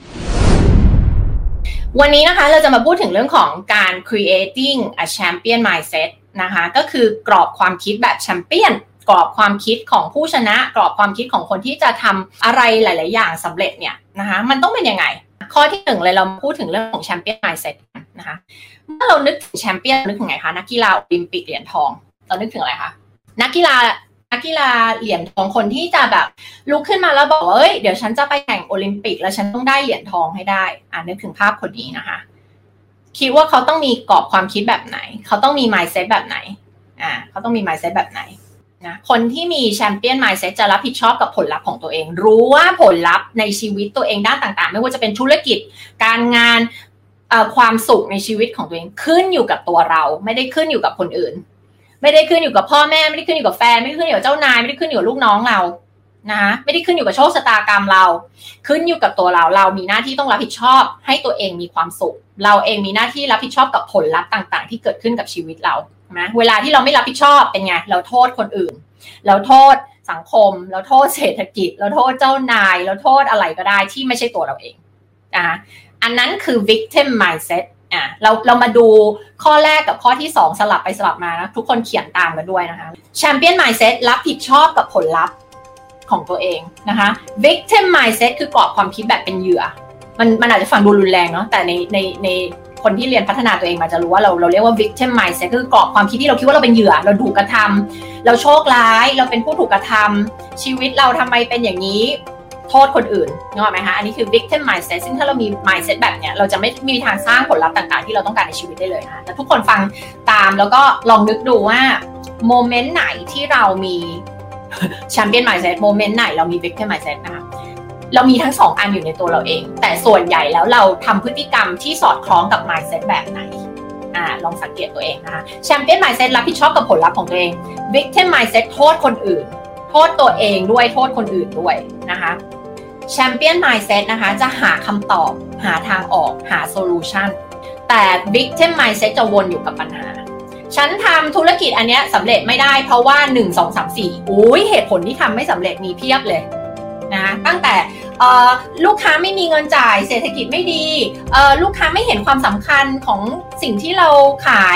วันนี้นะคะเราจะมาพูดถึงเรื่องของการ creating a champion mindset นะคะก็คือกรอบความคิดแบบแชมเปี้ยนกรอบความคิดของผู้ชนะกรอบความคิดของคนที่จะทำอะไรหลายๆอย่างสำเร็จเนี่ยนะคะมันต้องเป็นยังไงข้อที่1เลยเราพูดถึงเรื่องของแชมเปี้ยน mindset นะคะเมื่อเรานึกถึงแชมเปี้ยนนึกถึงไงคะนักกีฬาโอลิมปิกเหรียญทองเรานึกถึงอะไรคะนักกีฬาเหรียญทองคนที่จะแบบลุกขึ้นมาแล้วบอกว่าเอ้ยเดี๋ยวฉันจะไปแข่งโอลิมปิกแล้วฉันต้องได้เหรียญทองให้ได้นึกถึงภาพคนนี้นะคะคิดว่าเขาต้องมีกรอบความคิดแบบไหนเขาต้องมี mindset แบบไหนเขาต้องมี mindset แบบไหนนะคนที่มีแชมเปี้ยน mindset จะรับผิดชอบกับผลลัพธ์ของตัวเองรู้ว่าผลลัพธ์ในชีวิตตัวเองด้านต่างๆไม่ว่าจะเป็นธุรกิจการงานความสุขในชีวิตของตัวเองขึ้นอยู่กับตัวเราไม่ได้ขึ้นอยู่กับคนอื่นไม่ได้ขึ้นอยู่กับพ่อแม่ไม่ได้ขึ้นอยู่กับแฟนไม่ได้ขึ้นอยู่กับเจ้านายไม่ได้ขึ้นอยู่กับลูกน้องเรานะคะไม่ได้ขึ้นอยู่กับโชคชะตากรรมเราขึ้นอยู่กับตัวเรามีหน้าที่ต้องรับผิดชอบให้ตัวเองมีความสุขเราเองมีหน้าที่รับผิดชอบกับผลลัพธ์ต่างๆที่เกิดขึ้นกับชีวิตเรานะเวลาที่เราไม่รับผิดชอบเป็นไงเราโทษคนอื่นเราโทษสังคมเราโทษเศรษฐกิจเราโทษเจ้านายเราโทษอะไรก็ได้ที่ไม่ใช่ตัวเราเองอันนั้นคือ victim mindsetเรามาดูข้อแรกกับข้อที่2สลับไปสลับมานะทุกคนเขียนตามกันด้วยนะคะ Champion Mindset รับผิดชอบกับผลลัพธ์ของตัวเองนะคะ Victim Mindset คือกรอบความคิดแบบเป็นเหยื่อมันอาจจะฟังดูรุนแรงเนาะแต่ในคนที่เรียนพัฒนาตัวเองมาจะรู้ว่าเราเรียกว่า Victim Mindset คือกรอบความคิดที่เราคิดว่าเราเป็นเหยื่อเราถูกกระทำเราโชคร้ายเราเป็นผู้ถูกกระทำชีวิตเราทำไมเป็นอย่างนี้โทษคนอื่นนึกออกไหมคะอันนี้คือ victim mindset ซึ่งถ้าเรามี mindset แบบเนี้ยเราจะไม่มีทางสร้างผลลัพธ์ต่างๆที่เราต้องการในชีวิตได้เลยนะแต่ทุกคนฟังตามแล้วก็ลองนึกดูว่าโมเมนต์ไหนที่เรามี champion mindset โมเมนต์ไหนเรามี victim mindset นะคะเรามีทั้ง2อันอยู่ในตัวเราเองแต่ส่วนใหญ่แล้วเราทำพฤติกรรมที่สอดคล้องกับ mindset แบบไหนลองสังเกตตัวเองนะคะ champion mindset รับผิดชอบกับผลลัพธ์ของตัวเอง victim mindset โทษคนอื่นโทษตัวเองด้วยโทษคนอื่นด้วยนะคะChampion Mindset นะคะจะหาคำตอบหาทางออกหาโซลูชันแต่ Victim Mindset จะวนอยู่กับปัญหาฉันทำธุรกิจอันเนี้ยสำเร็จไม่ได้เพราะว่า1 2 3 4อุ้ยเหตุผลที่ทำไม่สำเร็จมีเพียบเลยนะตั้งแต่ลูกค้าไม่มีเงินจ่ายเศรษฐกิจไม่ดีลูกค้าไม่เห็นความสำคัญของสิ่งที่เราขาย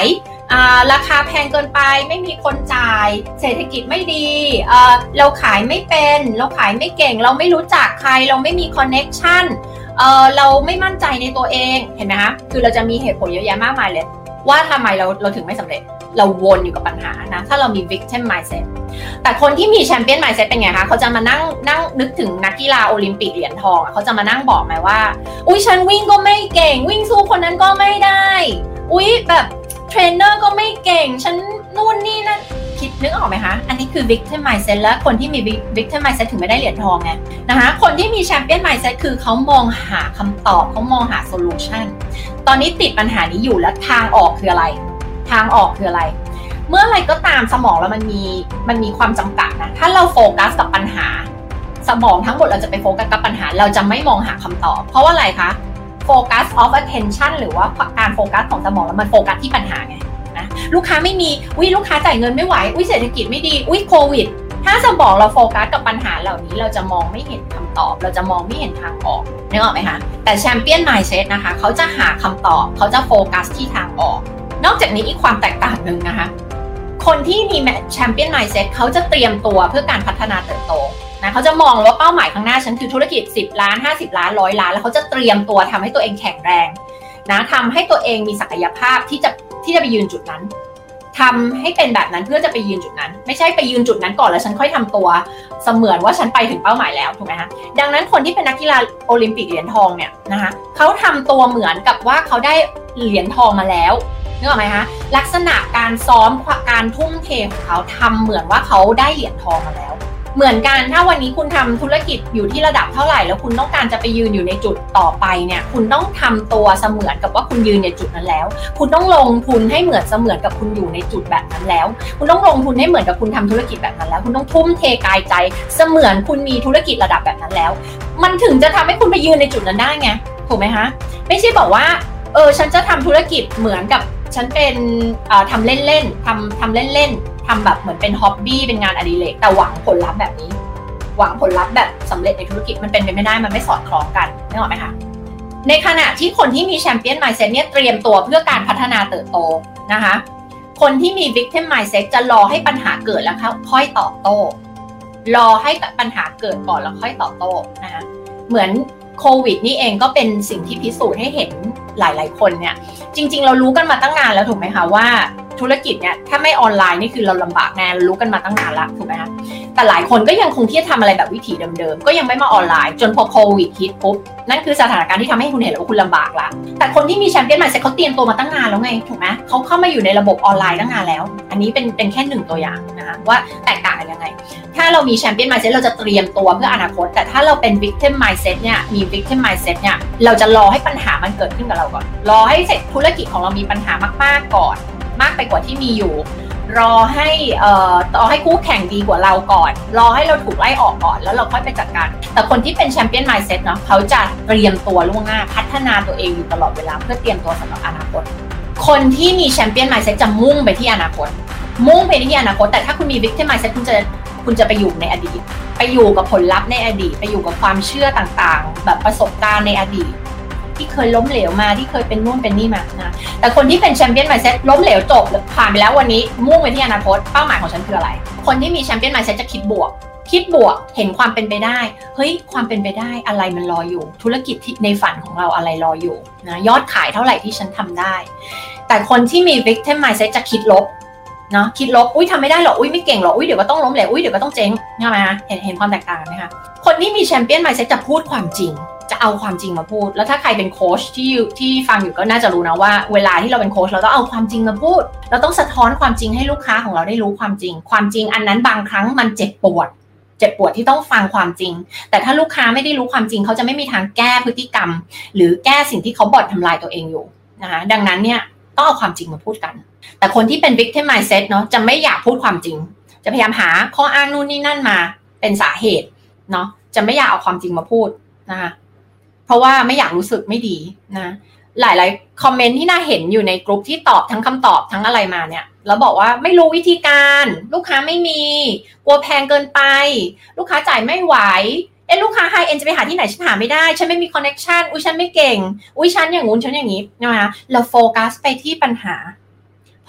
ราคาแพงเกินไปไม่มีคนจ่ายเศรษฐกิจไม่ดีเราขายไม่เป็นเราขายไม่เก่งเราไม่รู้จักใครเราไม่มีคอนเน็กชันเราไม่มั่นใจในตัวเองเห็นไหมคะคือเราจะมีเหตุผลเยอะแยะมากมายเลยว่าทำไมเราถึงไม่สำเร็จเราวนอยู่กับปัญหานะถ้าเรามี victim mindset แต่คนที่มี champion mindset เป็นไงคะเขาจะมานั่งนึกถึงนักกีฬาโอลิมปิกเหรียญทองเขาจะมานั่งบอกไหมว่าอุ๊ยฉันวิ่งก็ไม่เก่งวิ่งสู้คนนั้นก็ไม่ได้อุ๊ยแบบเทรนเนอร์ก็ไม่เก่งฉันนู่นนี่นั่นคิดนึกออกไหมคะอันนี้คือ victim mindset และคนที่มี victim mindset ถึงไม่ได้เหรียญทองไงนะคะคนที่มี champion mindset คือเขามองหาคำตอบเขามองหา solution ตอนนี้ติดปัญหานี้อยู่แล้วทางออกคืออะไรทางออกคืออะไรเมื่อไรก็ตามสมองแล้วมันมีความจำกัดนะถ้าเราโฟกัสกับปัญหาสมองทั้งหมดเราจะไปโฟกัสกับปัญหาเราจะไม่มองหาคำตอบเพราะว่าอะไรคะfocus of attention หรือว่าการโฟกัสของสมองแล้วมันโฟกัสที่ปัญหาไงนะลูกค้าไม่มีลูกค้าจ่ายเงินไม่ไหวเศรษฐกิจไม่ดีโควิดถ้าสมองเราโฟกัสกับปัญหาเหล่านี้เราจะมองไม่เห็นคำตอบเราจะมองไม่เห็นทางออกนึกออกไหมคะแต่ champion mindset นะคะเขาจะหาคำตอบเขาจะโฟกัสที่ทางออกนอกจากนี้อีกความแตกต่างหนึ่งนะคะคนที่มี champion mindset เขาจะเตรียมตัวเพื่อการพัฒนาเติบโตนะเขาจะมองว่าเป้าหมายข้างหน้าฉันคือธุรกิจ10 ล้าน50 ล้าน100 ล้านแล้วเขาจะเตรียมตัวทำให้ตัวเองแข็งแรงนะทำให้ตัวเองมีศักยภาพที่จะไปยืนจุดนั้นทำให้เป็นแบบนั้นเพื่อจะไปยืนจุดนั้นไม่ใช่ไปยืนจุดนั้นก่อนแล้วฉันค่อยทำตัวเสมือนว่าฉันไปถึงเป้าหมายแล้วถูกไหมคะดังนั้นคนที่เป็นนักกีฬาโอลิมปิกเหรียญทองเนี่ยนะคะเขาทำตัวเหมือนกับว่าเขาได้เหรียญทองมาแล้วนึกออกไหมคะลักษณะการซ้อมการทุ่มเทของเขาทำเหมือนว่าเขาได้เหรียญทองมาแล้วเหมือนกันถ้าวันนี้คุณทำธุรกิจอยู่ที่ระดับเท่าไหร่แล้วคุณต้องการจะไปยืนอยู่ในจุดต่อไปเนี่ยคุณต้องทำตัวเสมือนกับว่าคุณยืนในจุดนั้นแล้วคุณต้องลงทุนให้เหมือนเสมือนกับคุณอยู่ในจุดแบบนั้นแล้วคุณต้องลงทุนให้เหมือนกับคุณทำธุรกิจแบบนั้นแล้วคุณต้องทุ่มเทกายใจเสมือนคุณมีธุรกิจระดับแบบนั้นแล้วมันถึงจะทำให้คุณไปยืนในจุดนั้นได้ไงถูกไหมคะไม่ใช่บอกว่าฉันจะทำธุรกิจเหมือนกับฉันเป็นทำเล่นๆทำเล่นๆทำแบบเหมือนเป็นฮ็อบบี้เป็นงานอดิเรกแต่หวังผลลัพธ์แบบนี้หวังผลลัพธ์แบบสำเร็จในธุรกิจมันเป็นไปไม่ได้มันไม่สอดคล้องกันนึกออกไหมคะในขณะที่คนที่มีแชมเปี้ยนมายด์เซ็ตเนี่ยเตรียมตัวเพื่อการพัฒนาเติบโตนะคะคนที่มีวิกติมมายด์เซ็ตจะรอให้ปัญหาเกิดแล้วค่อยตอบโต้รอให้ปัญหาเกิดก่อนแล้วค่อยตอบโต้นะคะเหมือนโควิดนี่เองก็เป็นสิ่งที่พิสูจน์ให้เห็นหลายๆคนเนี่ยจริงๆเรารู้กันมาตั้งนานแล้วถูกไหมคะว่าธุรกิจเนี่ยถ้าไม่ออนไลน์นี่คือเราลำบากแน่เรารู้กันมาตั้งนานละถูกไหมคะแต่หลายคนก็ยังคงที่จะทำอะไรแบบวิถีเดิมๆก็ยังไม่มาออนไลน์จนพอโควิดฮิตปุ๊บนั่นคือสถานการณ์ที่ทำให้คุณเห็นว่าคุณลำบากละแต่คนที่มีแชมเปี้ยนมายด์เซ็ตเขาเตรียมตัวมาตั้งนานแล้วไงถูกไหมเขาเข้ามาอยู่ในระบบออนไลน์ตั้งนานแล้วอันนี้เป็นแค่หนึ่งตัวอย่างนะคะว่าแตกต่างกันยังไงถ้าเรามีแชมเปี้ยนมายด์เซ็ตเราจะเตรียมตัวเพื่ออนาคตแต่ถ้าเราเป็นวิกติมมายด์เซ็ตเนี่ยมีวิกติมมายด์เซ็ตเนี่ยเราจะรอให้ปัญหามันเกิดขึ้นกับเราก่อนรอให้เสร็จธุรกิจของเรามีปัญหามากๆก่อนมากไปกว่าที่มีอยู่รอให้คู่แข่งดีกว่าเราก่อนรอให้เราถูกไล่ออกก่อนแล้วเราค่อยไปจัดการแต่คนที่เป็นแชมเปี้ยนมายด์เซ็ตเนาะเขาจะเตรียมตัวล่วงหน้าพัฒนาตัวเองอยู่ตลอดเวลาเพื่อเตรียมตัวสำหรับอนาคตคนที่มีแชมเปี้ยนมายด์เซ็ตจะมุ่งไปที่อนาคตแต่ถ้าคุณมีวิกติมมายด์เซ็ตคุณจะไปอยู่ในอดีตไปอยู่กับผลลัพธ์ในอดีตไปอยู่กับความเชื่อต่างๆแบบประสบการณ์ในอดีตที่เคยล้มเหลวมาที่เคยเป็นนู่นเป็นนี่มานะแต่คนที่เป็นแชมเปี้ยนมายด์เซ็ตล้มเหลวจบผ่านไปแล้ววันนี้มุ่งไปที่อนาคตเป้าหมายของฉันคืออะไรคนที่มีแชมเปี้ยนมายด์เซ็ตจะคิดบวกเห็นความเป็นไปได้เฮ้ยความเป็นไปได้อะไรมันรออยู่ธุรกิจที่ในฝันของเราอะไรรออยู่นะยอดขายเท่าไหร่ที่ฉันทำได้แต่คนที่มี victim mindset จะคิดลบเนาะคิดลบทำไม่ได้หรอกไม่เก่งหรอกเดี๋ยวก็ต้องล้มเหลวเดี๋ยวก็ต้องเจ๊งใช่ไหมคะเห็นความแตกต่างไหมคะคนที่มีแชมเปี้ยนมายด์เซ็ตจะพูดความจริงจะเอาความจริงมาพูดแล้วถ้าใครเป็นโค้ชที่ฟังอยู่ก็น่าจะรู้นะว่าเวลาที่เราเป็นโค้ชเราต้องเอาความจริงมาพูดเราต้องสะท้อนความจริงให้ลูกค้าของเราได้รู้ความจริงอันนั้นบางครั้งมันเจ็บปวดที่ต้องฟังความจริงแต่ถ้าลูกค้าไม่ได้รู้ความจริงเขาจะไม่มีทางแก้พฤติกรรมหรือแก้สิ่งที่เขาบ่อนทำลายตัวเองอยู่นะคะดังนั้นเนี่ยต้องเอาความจริงมาพูดกันแต่คนที่เป็น victim mindset เนาะจะไม่อยากพูดความจริงจะพยายามหาข้ออ้างนู่นนี่นั่นมาเป็นสาเหตุเนาะจะไม่อยากเอาความจริงมาพูดนะคะเพราะว่าไม่อยากรู้สึกไม่ดีนะหลายๆคอมเมนต์ที่น่าเห็นอยู่ในกลุ่มที่ตอบทั้งคำตอบทั้งอะไรมาเนี่ยแล้วบอกว่าไม่รู้วิธีการลูกค้าไม่มีกลัวแพงเกินไปลูกค้าจ่ายไม่ไหวลูกค้าไฮเอ็นจะไปหาที่ไหนฉันหาไม่ได้ฉันไม่มีคอนเนคชั่นฉันไม่เก่งฉันอย่างงู้นฉันอย่างนี้นะคะเราโฟกัสไปที่ปัญหาพ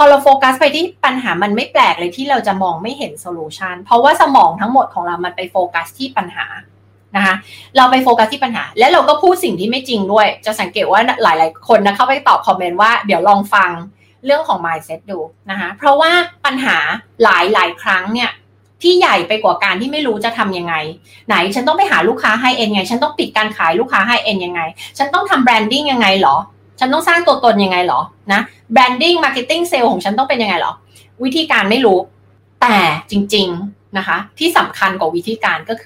อเราโฟกัสไปที่ปัญหามันไม่แปลกเลยที่เราจะมองไม่เห็นโซลูชันเพราะว่าสมองทั้งหมดของเรามันไปโฟกัสที่ปัญหานะคะเราไปโฟกัสที่ปัญหาและเราก็พูดสิ่งที่ไม่จริงด้วยจะสังเกตว่าหลายๆคนนะเข้าไปตอบคอมเมนต์ว่าเดี๋ยวลองฟังเรื่องของ mindset ดูนะคะเพราะว่าปัญหาหลายครั้งเนี่ยที่ใหญ่ไปกว่าการที่ไม่รู้จะทำยังไงไหนฉันต้องไปหาลูกค้าไฮเอ็นไงฉันต้องปิดการขายลูกค้าไฮเอ็นยังไงฉันต้องทำแบรนดิ้งยังไงหรอฉันต้องสร้างตัวตนยังไงหรอนะแบรนดิ้งมาร์เก็ตติ้งเซลล์ของฉันต้องเป็นยังไงหรอวิธีการไม่รู้แต่จริงๆนะคะที่สำคัญกว่าวิธีการก็คือ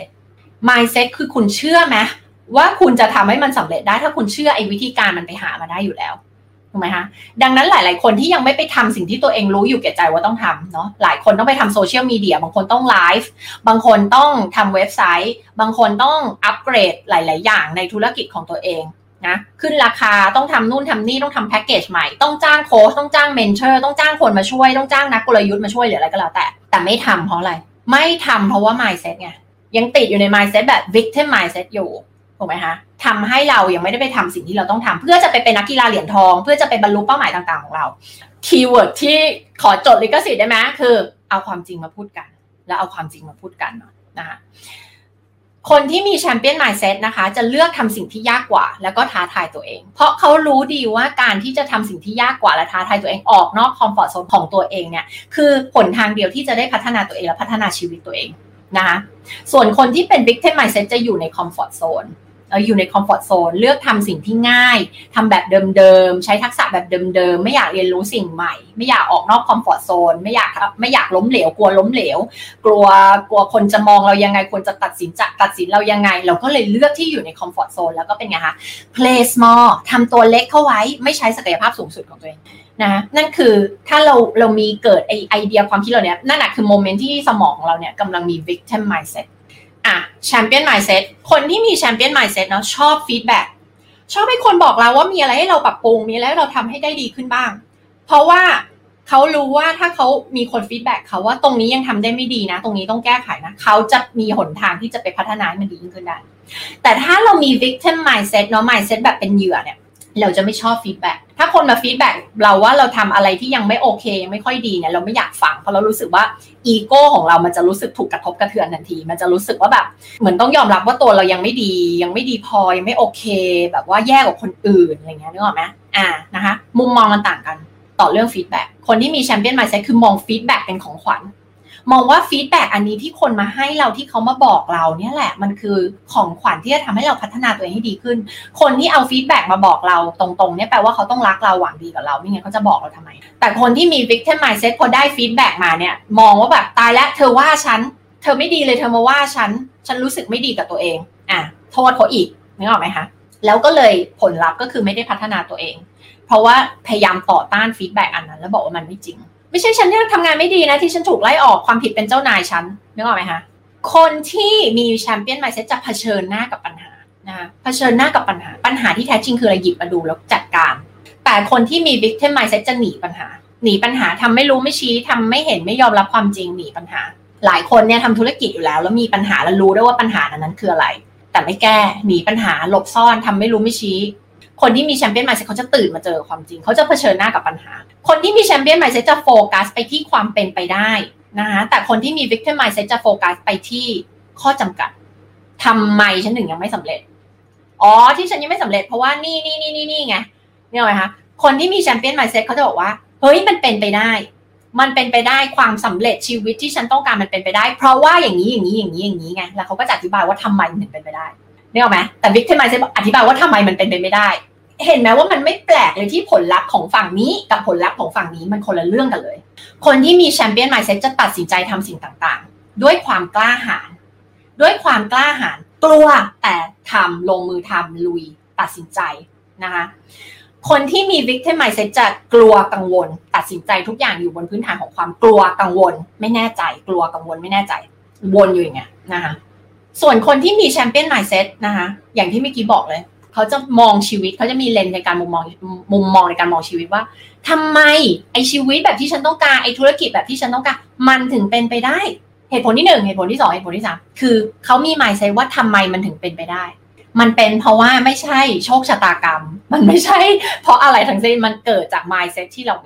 mindset คือคุณเชื่อไหมว่าคุณจะทำให้มันสำเร็จได้ถ้าคุณเชื่อไอ้วิธีการมันไปหามาได้อยู่แล้วถูกไหมคะดังนั้นหลายๆคนที่ยังไม่ไปทำสิ่งที่ตัวเองรู้อยู่แก่ใจว่าต้องทำเนาะหลายคนต้องไปทำโซเชียลมีเดียบางคนต้องไลฟ์บางคนต้องทำเว็บไซต์บางคนต้องอัปเกรดหลายๆอย่างในธุรกิจของตัวเองนะขึ้นราคาต้องทำนู่นทำนี่ต้องทำแพ็กเกจใหม่ต้องจ้างโค้ชต้องจ้างเมนเทอร์ต้องจ้างคนมาช่วยต้องจ้างนักกลยุทธ์มาช่วยหรืออะไรก็แล้วแต่ไม่ทำเพราะอะไรไม่ทำเพราะว่า mindset ไงยังติดอยู่ใน mindset แบบ victim mindset อยู่ถูกไหมคะทำให้เรายังไม่ได้ไปทำสิ่งที่เราต้องทำเพื่อจะไปเป็นนักกีฬาเหรียญทองเพื่อจะไปบรรลุเป้าหมายต่างๆของเราคีย์เวิร์ดที่ขอจดลิขสิทธิ์ได้ไหมคือเอาความจริงมาพูดกันแล้วเอาความจริงมาพูดกันนะคะคนที่มีแชมเปี้ยน mindset นะคะจะเลือกทำสิ่งที่ยากกว่าแล้วก็ท้าทายตัวเองเพราะเขารู้ดีว่าการที่จะทำสิ่งที่ยากกว่าและท้าทายตัวเองออกนอกคอมฟอร์ตโซนของตัวเองเนี่ยคือหนทางเดียวที่จะได้พัฒนาตัวเองและพัฒนาชีวิตตัวเองนะคะส่วนคนที่เป็น victim mindset จะอยู่ในคอมฟอร์ตโซนอยู่ในคอมฟอร์ตโซนเลือกทำสิ่งที่ง่ายทำแบบเดิมๆใช้ทักษะแบบเดิมๆไม่อยากเรียนรู้สิ่งใหม่ไม่อยากออกนอกคอมฟอร์ตโซนไม่อยากล้มเหลวกลัวล้มเหลวกลัวคนจะมองเรายังไงควรจะตัดสินเรายังไงเราก็เลยเลือกที่อยู่ในคอมฟอร์ตโซนแล้วก็เป็นไงคะ play small ทำตัวเล็กเข้าไว้ไม่ใช้ศักยภาพสูงสุดของตัวเองนะนั่นคือถ้าเรามีเกิดไอเดียความคิดเราเนี้ยนั่นแหะคือโมเมนต์ที่สมองของเราเนี่ยกำลังมี victim mindsetแชมเปี้ยน mindset คนที่มีแชมเปี้ยน mindset เนาะชอบฟีดแบ็กชอบให้คนบอกเราว่ามีอะไรให้เราปรับปรุงมีอะไรให้เราทำให้ได้ดีขึ้นบ้างเพราะว่าเขารู้ว่าถ้าเขามีคนฟีดแบ็กเขาว่าตรงนี้ยังทำได้ไม่ดีนะตรงนี้ต้องแก้ไขนะเขาจะมีหนทางที่จะไปพัฒนาให้มันดีขึ้นได้แต่ถ้าเรามี victim mindset เนาะ mindset แบบเป็นเหยื่อเนี่ยเราจะไม่ชอบฟีดแบ็กถ้าคนมาฟีดแบ็กเราว่าเราทำอะไรที่ยังไม่โอเคยังไม่ค่อยดีเนี่ยเราไม่อยากฟังเพราะเรารู้สึกว่าอีโก้ของเรามันจะรู้สึกถูกกระทบกระเทือนทันทีมันจะรู้สึกว่าแบบเหมือนต้องยอมรับว่าตัวเรายังไม่ดีพอยังไม่โอเคแบบว่าแย่กว่าคนอื่นอะไรเงี้ยนึกออกไหมนะคะมุมมองมันต่างกันต่อเรื่องฟีดแบ็กคนที่มีแชมเปี้ยน mindset คือมองฟีดแบ็กเป็นของขวัญมองว่าฟีดแบ็กอันนี้ที่คนมาให้เราที่เขามาบอกเราเนี่ยแหละมันคือของขวัญที่จะทำให้เราพัฒนาตัวเองให้ดีขึ้นคนที่เอาฟีดแบ็กมาบอกเราตรงๆเนี่ยแปลว่าเขาต้องรักเราหวังดีกับเราไม่งั้นเขาจะบอกเราทำไมแต่คนที่มี victim mindset พอได้ฟีดแบ็กมาเนี่ยมองว่าแบบตายแล้วเธอว่าเธอไม่ดีเลยเธอมาว่าฉันรู้สึกไม่ดีกับตัวเองโทษเขาอีกนึกออกไหมคะแล้วก็เลยผลลัพธ์ก็คือไม่ได้พัฒนาตัวเองเพราะว่าพยายามต่อต้านฟีดแบ็กอันนั้นแล้วบอกว่ามันไม่จริงไม่ใช่ฉันที่ทำงานไม่ดีนะที่ฉันถูกไล่ออกความผิดเป็นเจ้านายฉันนึกออกไหมคะคนที่มีแชมเปี้ยน mindset จะเผชิญหน้ากับปัญหานะคะเผชิญหน้ากับปัญหาที่แท้จริงคืออะไรหยิบมาดูแล้วจัดการแต่คนที่มี victim mindset จะหนีปัญหาทำไม่รู้ไม่ชี้ทำไม่เห็นไม่ยอมรับความจริงหนีปัญหาหลายคนเนี่ยทำธุรกิจอยู่แล้วมีปัญหาแล้วรู้ได้ว่าปัญหานั้นคืออะไรแต่ไม่แก้หนีปัญหาหลบซ่อนทำไม่รู้ไม่ชี้คนที่มีแชมเปี้ยน mindset เขาจะตื่นมาเจอความจริงเขาจะเผชิญหน้ากับปัญหาคนที่มีแชมเปี้ยน mindset จะโฟกัสไปที่ความเป็นไปได้นะคะแต่คนที่มี victim mindset จะโฟกัสไปที่ข้อจำกัดทำไมฉันถึงยังไม่สำเร็จที่ฉันยังไม่สำเร็จเพราะว่านี่ไงเนี่ยไหมคะคนที่มีแชมเปี้ยน mindset เขาจะบอกว่าเฮ้ยมันเป็นไปได้ความสำเร็จชีวิตที่ฉันต้องการมันเป็นไปได้เพราะว่าอย่างนี้ไงแล้วเขาก็จะอธิบายว่าทำไมมันถึงเป็นไปได้เนี่ยหรอไหมแต่ victim mindset อธิบายว่าทำไมมันเป็นไปไม่ได้เห็นไหมว่ามันไม่แปลกเลยที่ผลลัพธ์ของฝั่งนี้กับผลลัพธ์ของฝั่งนี้มันคนละเรื่องกันเลยคนที่มีแชมเปี้ยน mindset จะตัดสินใจทำสิ่งต่างๆด้วยความกล้าหาญกลัวแต่ทำลงมือทำลุยตัดสินใจนะคะคนที่มี victim mindset จะกลัวกังวลตัดสินใจทุกอย่างอยู่บนพื้นฐานของความกลัวกังวลไม่แน่ใจกลัวกังวลไม่แน่ใจวนอยู่อย่างเงี้ยนะคะส่วนคนที่มีแชมเปี้ยน mindset นะคะอย่างที่เมื่อกี้บอกเลยเขาจะมองชีวิตเขาจะมีเลนส์ในการมุมมองในการมองชีวิตว่าทำไมไอชีวิตแบบที่ฉันต้องการไอธุรกิจแบบที่ฉันต้องการมันถึงเป็นไปได้เหตุผลที่1เหตุผลที่2เหตุผลที่3คือเขามี mindset ว่าทำไมมันถึงเป็นไปได้มันเป็นเพราะว่าไม่ใช่โชคชะตากรรมมันไม่ใช่เพราะอะไรทั้งสิ้นมันเกิดจาก mindset ที่เรามี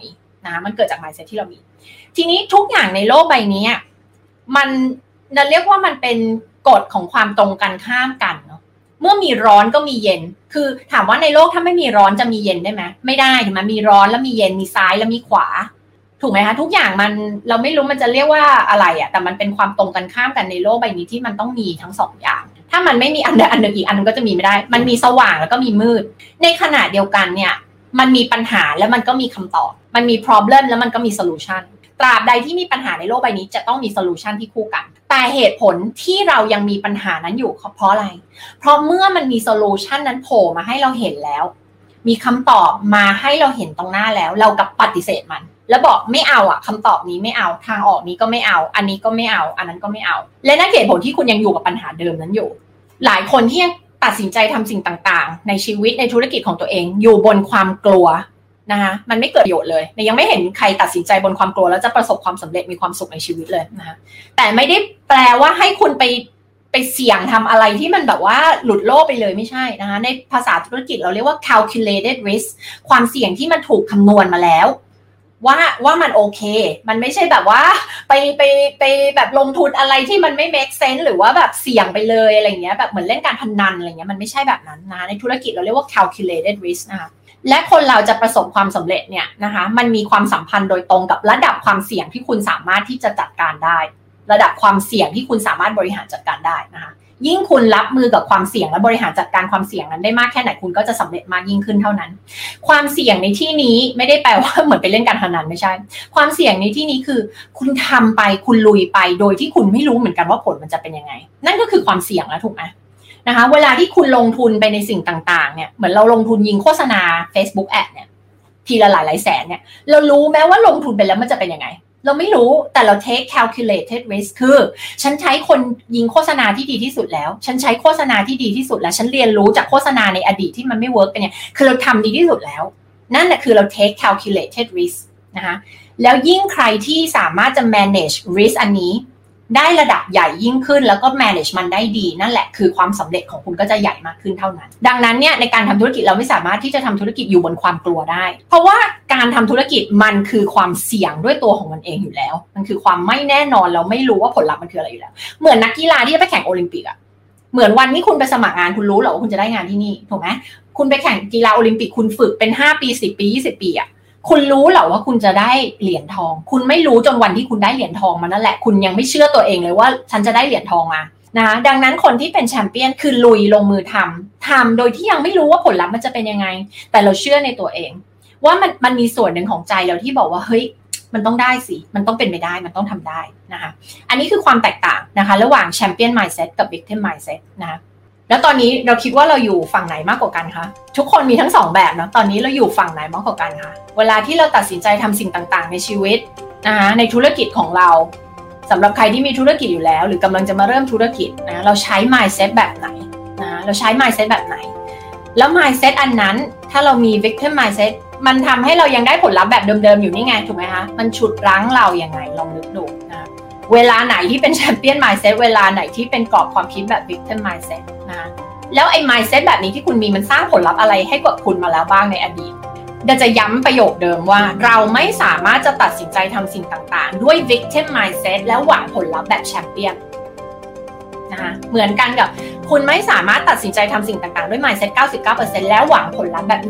นะมันเกิดจาก mindset ที่เรามีทีนี้ทุกอย่างในโลกใบนี้มันเรียกว่ามันเป็นกฎของความตรงกันข้ามกันเนาะเมื่อมีร้อนก็มีเย็นคือถามว่าในโลกถ้าไม่มีร้อนจะมีเย็นได้ไหมไม่ได้ถูกไหมมีร้อนแล้วมีเย็นมีซ้ายแล้วมีขวาถูกไหมคะทุกอย่างมันเราไม่รู้มันจะเรียกว่าอะไรแต่มันเป็นความตรงกันข้ามกันในโลกใบนี้ที่มันต้องมีทั้งสองอย่างถ้ามันไม่มีอันใดอันหนึ่งอีกอันนึงก็จะมีไม่ได้มันมีสว่างแล้วก็มีมืดในขณะเดียวกันเนี่ยมันมีปัญหาแล้วมันก็มีคำตอบมันมี problem แล้วมันก็มี solution ตราบใดที่มีปัญหาในโลกใบนี้จะต้องมี solution ที่คู่กันแต่เหตุผลที่เรายังมีปัญหานั้นอยู่เพราะอะไรเพราะเมื่อมันมี solution นั้นโผล่มาให้เราเห็นแล้วมีคำตอบมาให้เราเห็นตรงหน้าแล้วเรากับปฏิเสธมันแล้วบอกไม่เอาคำตอบนี้ไม่เอาทางออกนี้ก็ไม่เอาอันนี้ก็ไม่เอาอันนั้นก็ไม่เอาและนั่นเหตุผลที่คุณยังอยู่กับปัญหาเดิมนั้นอยู่หลายคนที่ยังตัดสินใจทำสิ่งต่างๆในชีวิตในธุรกิจของตัวเองอยู่บนความกลัวนะคะมันไม่เกิดประโยชน์เลยยังไม่เห็นใครตัดสินใจบนความกลัวแล้วจะประสบความสำเร็จมีความสุขในชีวิตเลยนะคะแต่ไม่ได้แปลว่าให้คุณไปเสี่ยงทำอะไรที่มันแบบว่าหลุดโลกไปเลยไม่ใช่นะคะในภาษาธุรกิจเราเรียกว่า calculated risk ความเสี่ยงที่มันถูกคำนวณมาแล้วว่ามันโอเคมันไม่ใช่แบบว่าไปแบบลงทุนอะไรที่มันไม่ make sense หรือว่าแบบเสี่ยงไปเลยอะไรเงี้ยแบบเหมือนเล่นการพนันอะไรเงี้ยมันไม่ใช่แบบนั้นนะในธุรกิจเราเรียกว่า calculated risk นะคะและคนเราจะประสบความสำเร็จเนี่ยนะคะมันมีความสัมพันธ์โดยตรงกับระดับความเสี่ยงที่คุณสามารถที่จะจัดการได้ระดับความเสี่ยงที่คุณสามารถบริหารจัดการได้นะคะยิ่งคุณรับมือกับความเสี่ยงและบริหารจัดการความเสี่ยงนั้นได้มากแค่ไหนคุณก็จะสำเร็จมากยิ่งขึ้นเท่านั้นความเสี่ยงในที่นี้ไม่ได้แปลว่าเหมือนไปเล่นการพนันไม่ใช่ความเสี่ยงในที่นี้คือคุณทำไปคุณลุยไปโดยที่คุณไม่รู้เหมือนกันว่าผลมันจะเป็นยังไงนั่นก็คือความเสี่ยงแล้วถูกไหมนะคะเวลาที่คุณลงทุนไปในสิ่งต่างๆเนี่ยเหมือนเราลงทุนยิงโฆษณา Facebook Ad เนี่ยทีละหลายแสนเนี่ยเรารู้แม้ว่าลงทุนไปแล้วมันจะเป็นยังไงเราไม่รู้แต่เรา take calculated risk คือฉันใช้คนยิงโฆษณาที่ดีที่สุดแล้วฉันใช้โฆษณาที่ดีที่สุดแล้วฉันเรียนรู้จากโฆษณาในอดีตที่มันไม่เวิร์กเป็นเนี่ยคือเราทำดีที่สุดแล้วนั่นแหละคือเรา take calculated risk นะคะแล้วยิ่งใครที่สามารถจะ manage risk อันนี้ได้ระดับใหญ่ยิ่งขึ้นแล้วก็ manage มันได้ดีนั่นแหละคือความสำเร็จของคุณก็จะใหญ่มากขึ้นเท่านั้นดังนั้นเนี่ยในการทำธุรกิจเราไม่สามารถที่จะทำธุรกิจอยู่บนความกลัวได้เพราะว่าการทำธุรกิจมันคือความเสี่ยงด้วยตัวของมันเองอยู่แล้วมันคือความไม่แน่นอนเราไม่รู้ว่าผลลัพธ์มันคืออะไรอยู่แล้วเหมือนนักกีฬาที่จะไปแข่งโอลิมปิกเหมือนวันที่คุณไปสมัครงานคุณรู้หรอว่าคุณจะได้งานที่นี่ถูกไหมคุณไปแข่งกีฬาโอลิมปิกคุณฝึกเป็น5ปี10ปี20ปีคุณรู้เหรอว่าคุณจะได้เหรียญทองคุณไม่รู้จนวันที่คุณได้เหรียญทองมานั่นแหละคุณยังไม่เชื่อตัวเองเลยว่าฉันจะได้เหรียญทองมานะดังนั้นคนที่เป็นแชมเปี้ยนคือลุยลงมือทำโดยที่ยังไม่รู้ว่าผลลัพธ์มันจะเป็นยังไงแต่เราเชื่อในตัวเองว่ามันมีส่วนหนึ่งของใจเราที่บอกว่าเฮ้ยมันต้องได้สิมันต้องเป็นไปได้มันต้องทำได้นะคะอันนี้คือความแตกต่างนะคะระหว่างแชมเปี้ยน mindset กับ victim mindset นะคะแล้วตอนนี้เราคิดว่าเราอยู่ฝั่งไหนมากกว่ากันคะทุกคนมีทั้งสองแบบนะตอนนี้เราอยู่ฝั่งไหนมากกว่ากันคะเวลาที่เราตัดสินใจทำสิ่งต่างๆในชีวิตนะคะในธุรกิจของเราสำหรับใครที่มีธุรกิจอยู่แล้วหรือกำลังจะมาเริ่มธุรกิจนะเราใช้ mindset แบบไหนนะเราใช้ mindset แบบไหนแล้ว mindset อันนั้นถ้าเรามี victim mindset มันทำให้เรายังได้ผลลัพธ์แบบเดิมๆอยู่นี่ไงถูกไหมคะมันฉุดรั้งเรายังไงลองนึกดูนะเวลาไหนที่เป็นแชมเปี้ยน mindset เวลาไหนที่เป็นกรอบความคิดแบบ victim mindset นะแล้วไอ้ mindset แบบนี้ที่คุณมีมันสร้างผลลัพธ์อะไรให้กับคุณมาแล้วบ้างในอดีตเดี๋ยวจะย้ำประโยคเดิมว่าเราไม่สามารถจะตัดสินใจทำสิ่งต่างๆด้วย victim mindset แล้วหวังผลลัพธ์แบบแชมเปี้ยนนะคะเหมือนกันกับคุณไม่สามารถตัดสินใจทำสิ่งต่างๆด้วย mindset 99% แล้วหวังผลลัพธ์แบบ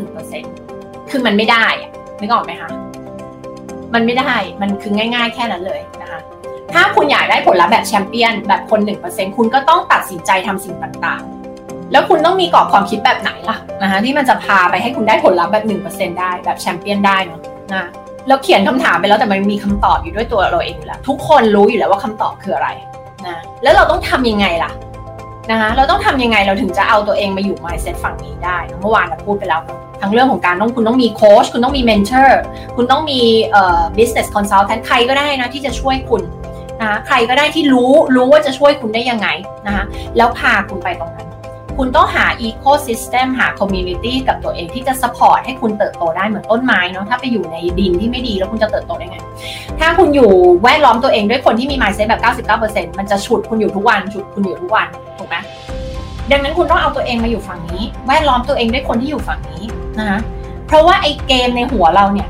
1% คือมันไม่ได้นึกออกไหมคะมันไม่ได้มันคือง่ายๆแค่นั้นเลยนะคะถ้าคุณอยากได้ผลลัพธ์แบบแชมเปี้ยนแบบคน 1% คุณก็ต้องตัดสินใจทำสิ่งต่างๆแล้วคุณต้องมีกรอบความคิดแบบไหนล่ะนะคะที่มันจะพาไปให้คุณได้ผลลัพธ์แบบ 1% ได้แบบแชมเปี้ยนได้เนาะนะเราเขียนคำถามไปแล้วแต่มันมีคำตอบอยู่ด้วยตัวเราเองอยู่แล้วทุกคนรู้อยู่แล้วว่าคำตอบคืออะไรนะแล้วเราต้องทำยังไงล่ะนะคะเราต้องทำยังไงเราถึงจะเอาตัวเองมาอยู่ mindset ฝั่งนี้ได้เมื่อวานเราพูดไปแล้วทั้งเรื่องของการคุณต้องมีโค้ชคุณต้องมีเมนเทอร์คุณต้องมีbusiness consultant ใครก็ได้นะที่จะช่วยคุณนะใครก็ได้ที่รู้ว่าจะช่วยคุณได้ยังไงนะคะแล้วพาคุณไปตรงนั้นคุณต้องหา ecosystem หา community กับตัวเองที่จะ support ให้คุณเติบโตได้เหมือนต้นไม้เนาะถ้าไปอยู่ในดินที่ไม่ดีแล้วคุณจะเติบโตได้ไงถ้าคุณอยู่แวดล้อมตัวเองด้วยคนที่มี mindset แบบ 99% มันจะฉุดคุณอยู่ทุกวันฉุดคุณอยู่ทุกวันถูกไหมดังนั้นคุณต้องเอาตัวเองมาอยู่ฝั่งนี้แวดล้อมตัวเองด้วยคนที่อยู่ฝั่งนี้นะคะเพราะว่าไอ้เกมในหัวเราเนี่ย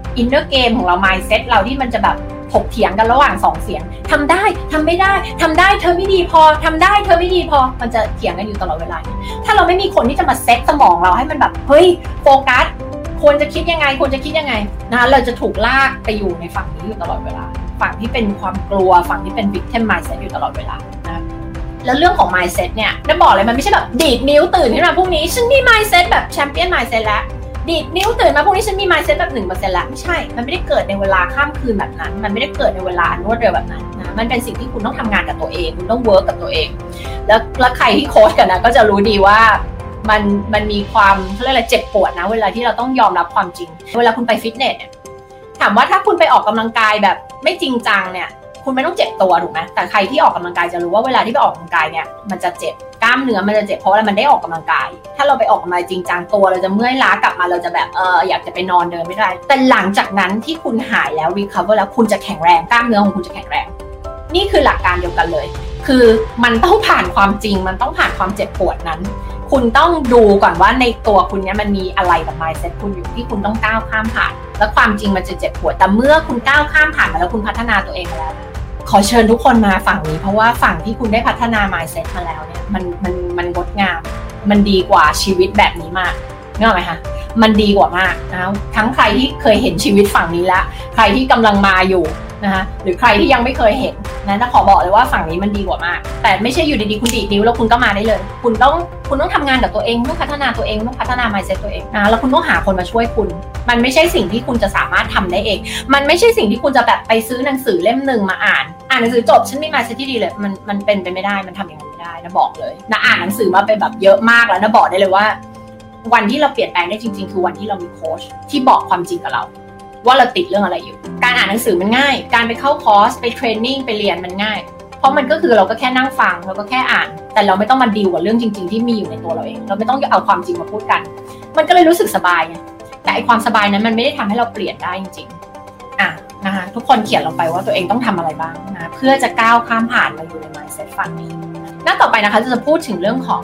inner game ของเรา mindset เราที่มันจะแบบถกเถียงกันระหว่าง2เสียงทำได้ทำไม่ได้ทำได้เธอไม่ดีพอทำได้เธอไม่ดีพอมันจะเถียงกันอยู่ตลอดเวลาถ้าเราไม่มีคนที่จะมาเซตสมองเราให้มันแบบเฮ้ยโฟกัสควรจะคิดยังไงนะเราจะถูกลากไปอยู่ในฝั่งนี้อยู่ตลอดเวลาฝั่งที่เป็นความกลัวฝั่งที่เป็น victim mindset อยู่ตลอดเวลานะแล้วเรื่องของ mindset เนี่ยได้บอกเลยมันไม่ใช่แบบดีดนิ้วตื่นขึ้นมาพรุ่งนี้ฉันมี mindset แบบ champion mindset แล้วดีดนิ้วตื่นมาพรุ่งนี้ฉันมี mindset แบบ 1% แล้วไม่ใช่มันไม่ได้เกิดในเวลาข้ามคืนแบบนั้นมันไม่ได้เกิดในเวลารวดเร็วแบบนั้นนะมันเป็นสิ่งที่คุณต้องทำงานกับตัวเองคุณต้อง work กับตัวเองแล้วใครที่โค้ชกันนะก็จะรู้ดีว่ามันมีความเขาเรียกอะไรเจ็บปวดนะเวลาที่เราต้องยอมรับความจริงเวลาคุณไปฟิตเนสเนี่ยถามว่าถ้าคุณไปออกกำลังกายแบบไม่จริงจังเนี่ยคุณไม่ต้องเจ็บตัวถูกไหมแต่ใครที่ออกกำลังกายจะรู้ว่าเวลาที่ไปออกกำลังกายเนี่ยมันจะเจ็บกล้ามเนื้อมันจะเจ็บเพราะว่ามันได้ออกกำลังกายถ้าเราไปออกกำลังจริงจังตัวเราจะเมื่อยล้ากลับมาเราจะแบบอยากจะไปนอนเดินไม่ได้แต่หลังจากนั้นที่คุณหายแล้ว recover แล้วคุณจะแข็งแรงกล้ามเนื้อของคุณจะแข็งแรงนี่คือหลักการเดียวกันเลยคือมันต้องผ่านความจริงมันต้องผ่านความเจ็บปวดนั้นคุณต้องดูก่อนว่าในตัวคุณเนี่ยมันมีอะไรกับ mindset คุณอยู่ที่คุณต้องก้าวข้ามผ่านแล้วความจริงมันจะเจ็บปวดแต่เมื่อคุณก้าวข้ามผ่านมาแล้วคุณพัฒนาตัวเองแล้วขอเชิญทุกคนมาฝั่งนี้เพราะว่าฝั่งที่คุณได้พัฒนา mindset มาแล้วเนี่ยมันงดงามมันดีกว่าชีวิตแบบนี้มากนึกออกไหมคะมันดีกว่ามากนะทั้งใครที่เคยเห็นชีวิตฝั่งนี้แล้วใครที่กำลังมาอยู่นะคะหรือใครที่ยังไม่เคยเห็นนะขอบอกเลยว่าฝั่งนี้มันดีกว่ามากแต่ไม่ใช่อยู่ดีๆคุณดีดนิ้วแล้วคุณก็มาได้เลยคุณต้องทำงานกับตัวเองต้องพัฒนาตัวเองต้องพัฒนา mindset ตัวเองนะแล้วคุณต้องหาคนมาช่วยคุณมันไม่ใช่สิ่งที่คุณจะสามารถทำได้เองมันไม่ใช่สิ่งที่คุณจะแบบไปซื้อหนังสือเล่มนึงมาอ่านหนังสือจบฉันมี mindset ที่ดีเลยมันเป็นไปไม่ได้มันทำอย่างนั้นไม่ได้นะบอกเลยนะอ่านหนังสือมาเป็นแบบเยอะมากแล้วนะบอกได้เลยว่าวันที่เราเปลี่ยนแปลงได้จริงๆคือวันที่เรามีโค้ชที่บอกความจริงกับเราว่าเราติดเรื่องอะไรอยู่การอ่านหนังสือมันง่ายการไปเข้าคอร์สไปเทรนนิ่งไปเรียนมันง่ายเพราะมันก็คือเราก็แค่นั่งฟังเราก็แค่อ่านแต่เราไม่ต้องมาดีลกับเรื่องจริงๆที่มีอยู่ในตัวเราเองเราไม่ต้องเอาความจริงมาพูดกันมันก็เลยรู้สึกสบายไงแต่ไอความสบายนั้นมันไม่ได้ทำให้เราเปลี่ยนได้จริงๆนะคะทุกคนเขียนลงไปว่าตัวเองต้องทำอะไรบ้างนะเพื่อจะก้าวข้ามผ่านมาอยู่ใน mindset ฝั่งนี้หน้าต่อไปนะคะจะพูดถึงเรื่องของ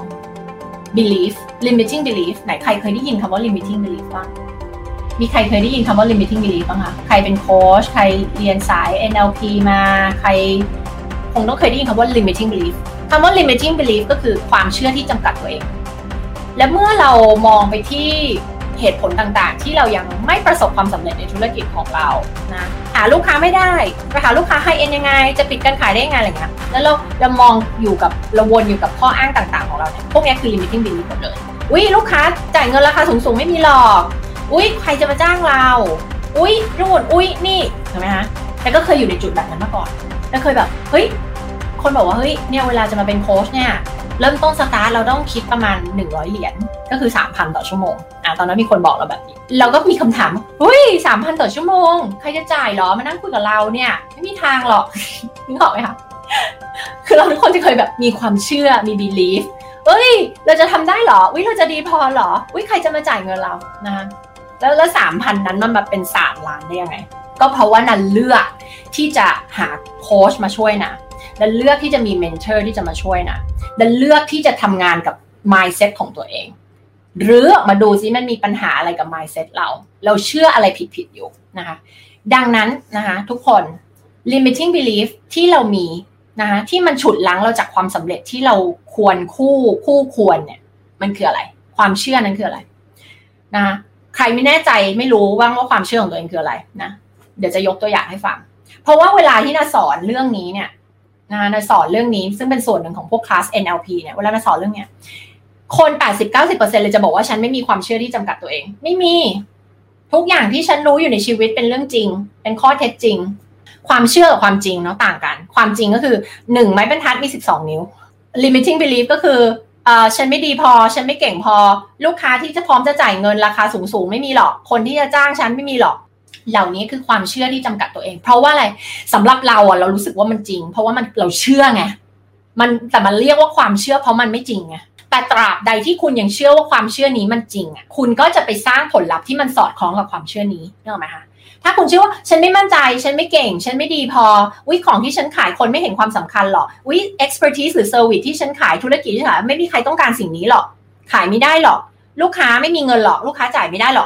belief limiting belief ไหนใครเคยได้ยินคำว่า limiting belief บ้างมีใครเคยได้ยินคำว่า limiting belief บ้างคะใครเป็นโค้ชใครเรียนสาย NLP มาใครคงต้องเคยได้ยินคำว่า limiting belief คำว่า limiting belief ก็คือความเชื่อที่จำกัดตัวเองและเมื่อเรามองไปที่เหตุผลต่างๆที่เรายังไม่ประสบความสำเร็จในธุรกิจของเรานะหาลูกค้าไม่ได้ไปหาลูกค้า high end ยังไงจะปิดการขายได้ยังไงอะไรเงี้ยแล้วเรามองอยู่กับเราวนอยู่กับข้ออ้างต่างๆของเราเนี่ยพวกนี้คือ limiting belief หมดเลยลูกค้าจ่ายเงินราคาสูงๆไม่มีหรอกใครจะมาจ้างเรานู่นนี่เห็นไหมคะแต่ก็เคยอยู่ในจุดแบบนั้นมาก่อนแล้วเคยแบบคนบอกว่าเนี่ยเวลาจะมาเป็นโค้ชเนี่ยเริ่มต้นสตาร์ทเราต้องคิดประมาณ100เหรียญก็คือ 3,000 ต่อชั่วโมงตอนนั้นมีคนบอกเราแบบนี้เราก็มีคำถาม3,000 ต่อชั่วโมงใครจะจ่ายหรอมานั่งคุยกับเราเนี่ยไม่มีทางหรอกนึกออกไหมคะคือเราทุกคนจะเคยแบบมีความเชื่อมี belief เราจะทำได้หรอเราจะดีพอหรอใครจะมาจ่ายเงินเรานะคะแล้ว 3,000 นั้นมันมาเป็น3ล้านได้ยังไงก็เพราะว่านันเลือกที่จะหาโค้ชมาช่วยนะดันเลือกที่จะมีเมนเทอร์ที่จะมาช่วยนะดันเลือกที่จะทำงานกับ mindset ของตัวเองหรือมาดูซิมันมีปัญหาอะไรกับ mindset เราเชื่ออะไรผิดอยู่นะคะดังนั้นนะคะทุกคน limiting belief ที่เรามีนะคะที่มันฉุดรั้งเราจากความสำเร็จที่เราควรคู่ควรเนี่ยมันคืออะไรความเชื่อนั้นคืออะไรนะคะใครไม่แน่ใจไม่รู้ว่าความเชื่อของตัวเองคืออะไรนะเดี๋ยวจะยกตัวอย่างให้ฟังเพราะว่าเวลาที่นาสอนเรื่องนี้เนี่ยนาสอนเรื่องนี้ซึ่งเป็นส่วนหนึ่งของพวกคลาส NLP เนี่ยเวลานาสอนเรื่องเนี้ยคน 80-90% เลยจะบอกว่าฉันไม่มีความเชื่อที่จำกัดตัวเองไม่มีทุกอย่างที่ฉันรู้อยู่ในชีวิตเป็นเรื่องจริงเป็นข้อเท็จจริงความเชื่อกับความจริงเนาะต่างกันความจริงก็คือ1ไม้บรรทัดมี12นิ้ว limiting belief ก็คือฉันไม่ดีพอฉันไม่เก่งพอลูกค้าที่จะพร้อมจะจ่ายเงินราคาสูงๆไม่มีหรอกคนที่จะจ้างฉันไม่มีหรอกเหล่านี้คือความเชื่อที่จำกัดตัวเองเพราะว่าอะไรสำหรับเราเรารู้สึกว่ามันจริงเพราะว่าเราเชื่อไงแต่มันเรียกว่าความเชื่อเพราะมันไม่จริงไงแต่ตราบใดที่คุณยังเชื่อว่าความเชื่อนี้มันจริงคุณก็จะไปสร้างผลลัพธ์ที่มันสอดคล้องกับความเชื่อนี้นึกออกไหมคะถ้าคุณเชื่อว่าฉันไม่มั่นใจฉันไม่เก่งฉันไม่ดีพอของที่ฉันขายคนไม่เห็นความสำคัญหรอก expertise หรือ service ที่ฉันขายธุรกิจที่ฉันไม่มีใครต้องการสิ่งนี้หรอกขายไม่ได้หรอกลูกค้าไม่มีเงินหรอกลูกค้าจ่ายไม่ได้หรอก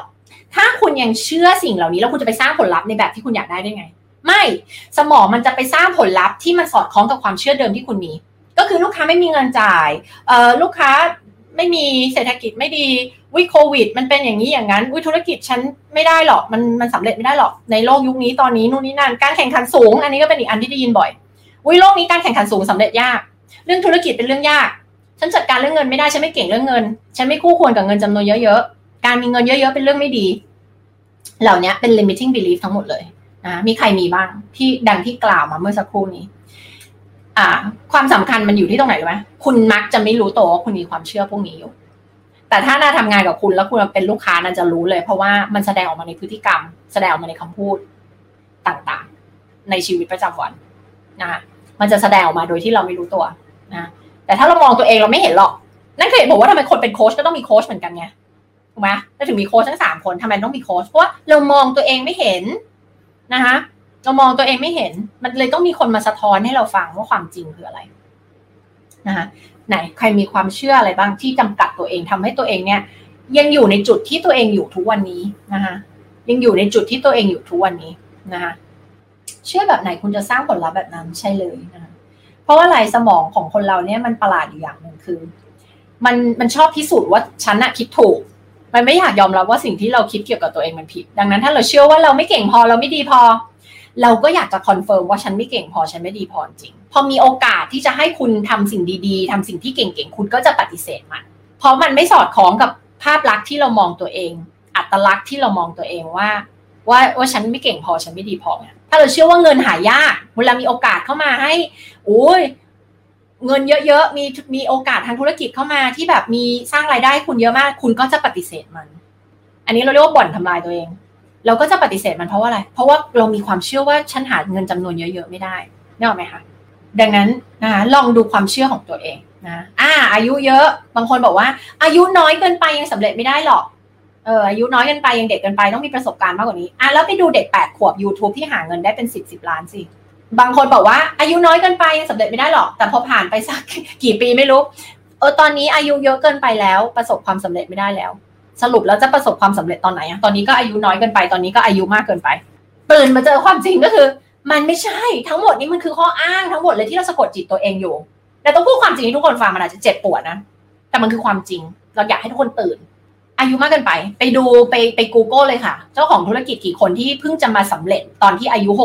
ถ้าคุณยังเชื่อสิ่งเหล่านี้แล้วคุณจะไปสร้างผลลัพธ์ในแบบที่คุณอยากได้ได้ไงไม่สมองมันจะไปสร้างผลลัพธ์ที่มันสอดคล้องกับความเชื่อเดิมที่คุณมีก็คือลูกค้าไม่มีเงินจ่ายลูกค้าไม่มีเศรษฐกิจไม่ดีวิโควิดมันเป็นอย่างนี้อย่างนั้นธุรกิจฉันไม่ได้หรอกมันสำเร็จไม่ได้หรอกในโลกยุคนี้ตอนนี้นู่นนี่นั่นการแข่งขันสูงอันนี้ก็เป็นอีกอันที่ได้ยินบ่อยโลกนี้การแข่งขันสูงสำเร็จยากเรื่องธุรกิจเป็นเรื่องยากฉันจัดการเรื่องเงินไม่ได้ฉันไม่เก่งเรื่องเงินฉันไม่คู่ควรกับเงินจำนวนเยอะๆการมีเงินเยอะๆเป็นเรื่องไม่ดีเหล่านี้เป็น limiting belief ทั้งหมดเลยนะมีใครมีบ้างที่ดังที่กล่าวมาเมื่อสักครู่นี้ความสำคัญมันอยู่ที่ตรงไหนรู้ไหมคุณมักจะไม่รู้ตัวว่าคุณมีความเชื่อพวกนี้อยู่แต่ถ้าน่าทำงานกับคุณแล้วคุณเป็นลูกค้าน่าจะรู้เลยเพราะว่ามันแสดงออกมาในพฤติกรรมแสดงออกมาในคำพูดต่างๆในชีวิตประจำวันนะมันจะแสดงออกมาโดยที่เราไม่รู้ตัวนะแต่ถ้าเรามองตัวเองเราไม่เห็นหรอกนั่นคือเหตุผลว่าทำไมคนเป็นโค้ชก็ต้องมีโค้ชเหมือนกันไงถูกไหมแล้วถึงมีโค้ชทั้ง3คนทำไมต้องมีโค้ชเพราะว่าเรามองตัวเองไม่เห็นนะคะเรามองตัวเองไม่เห็นมันเลยต้องมีคนมาสะท้อนให้เราฟังว่าความจริงคืออะไรนะคะไหนใครมีความเชื่ออะไรบ้างที่จำกัดตัวเองทำให้ตัวเองเนี่ยยังอยู่ในจุดที่ตัวเองอยู่ทุกวันนี้นะคะยังอยู่ในจุดที่ตัวเองอยู่ทุกวันนี้นะคะเชื่อแบบไหนคุณจะสร้างผลลัพธ์แบบนั้นใช่เลยนะคะเพราะว่าอะไรสมองของคนเราเนี่ยมันประหลาดอยู่อย่างหนึ่งคือมันชอบพิสูจน์ว่าฉันน่ะคิดถูกมันไม่อยากยอมรับว่าสิ่งที่เราคิดเกี่ยวกับตัวเองมันผิดดังนั้นถ้าเราเชื่อว่าเราไม่เก่งพอเราไม่ดีพอเราก็อยากจะคอนเฟิร์มว่าฉันไม่เก่งพอฉันไม่ดีพอจริงพอมีโอกาสที่จะให้คุณทำสิ่งดีๆทำสิ่งที่เก่งๆคุณก็จะปฏิเสธมันเพราะมันไม่สอดคล้องกับภาพลักษณ์ที่เรามองตัวเองอัตลักษณ์ที่เรามองตัวเองว่าฉันไม่เก่งพอฉันไม่ดีพอเนี่ยถ้าเราเชื่อว่าเงินหายากเวลามีโอกาสเข้ามาให้เงินเยอะๆมีโอกาสทางธุรกิจเข้ามาที่แบบมีสร้างรายได้คุณเยอะมากคุณก็จะปฏิเสธมันอันนี้เราเรียกว่าบ่อนทำลายตัวเองเราก็จะปฏิเสธมันเพราะว่าอะไรเพราะว่าเรามีความเชื่อว่าฉันหาเงินจำนวนเยอะๆไม่ได้นึกออกไหมคะดังนั้นนะคะลองดูความเชื่อของตัวเองนะอายุเยอะบางคนบอกว่าอายุน้อยเกินไปยังสำเร็จไม่ได้หรอกอายุน้อยเกินไปยังเด็กเกินไปต้องมีประสบการณ์มากกว่านี้แล้วไปดูเด็ก8 ขวบ YouTube ที่หาเงินได้เป็น10 ล้านสิบางคนบอกว่าอายุน้อยเกินไปยังสำเร็จไม่ได้หรอกแต่พอผ่านไปสักกี่ปีไม่รู้ตอนนี้อายุเยอะเกินไปแล้วประสบความสำเร็จไม่ได้แล้วสรุปแล้วจะประสบความสำเร็จตอนไหนตอนนี้ก็อายุน้อยเกินไปตอนนี้ก็อายุมากเกินไปตื่นมาเจอความจริงก็คือมันไม่ใช่ทั้งหมดนี้มันคือข้ออ้างทั้งหมดเลยที่เราสะกดจิตตัวเองอยู่แต่ต้องพูดความจริงให้ทุกคนฟังมันอาจจะเจ็บปวดนะแต่มันคือความจริงเราอยากให้ทุกคนตื่นอายุมากเกินไปไปดูไป Google เลยค่ะเจ้าของธุรกิจกี่คนที่เพิ่งจะมาสำเร็จตอนที่อายุ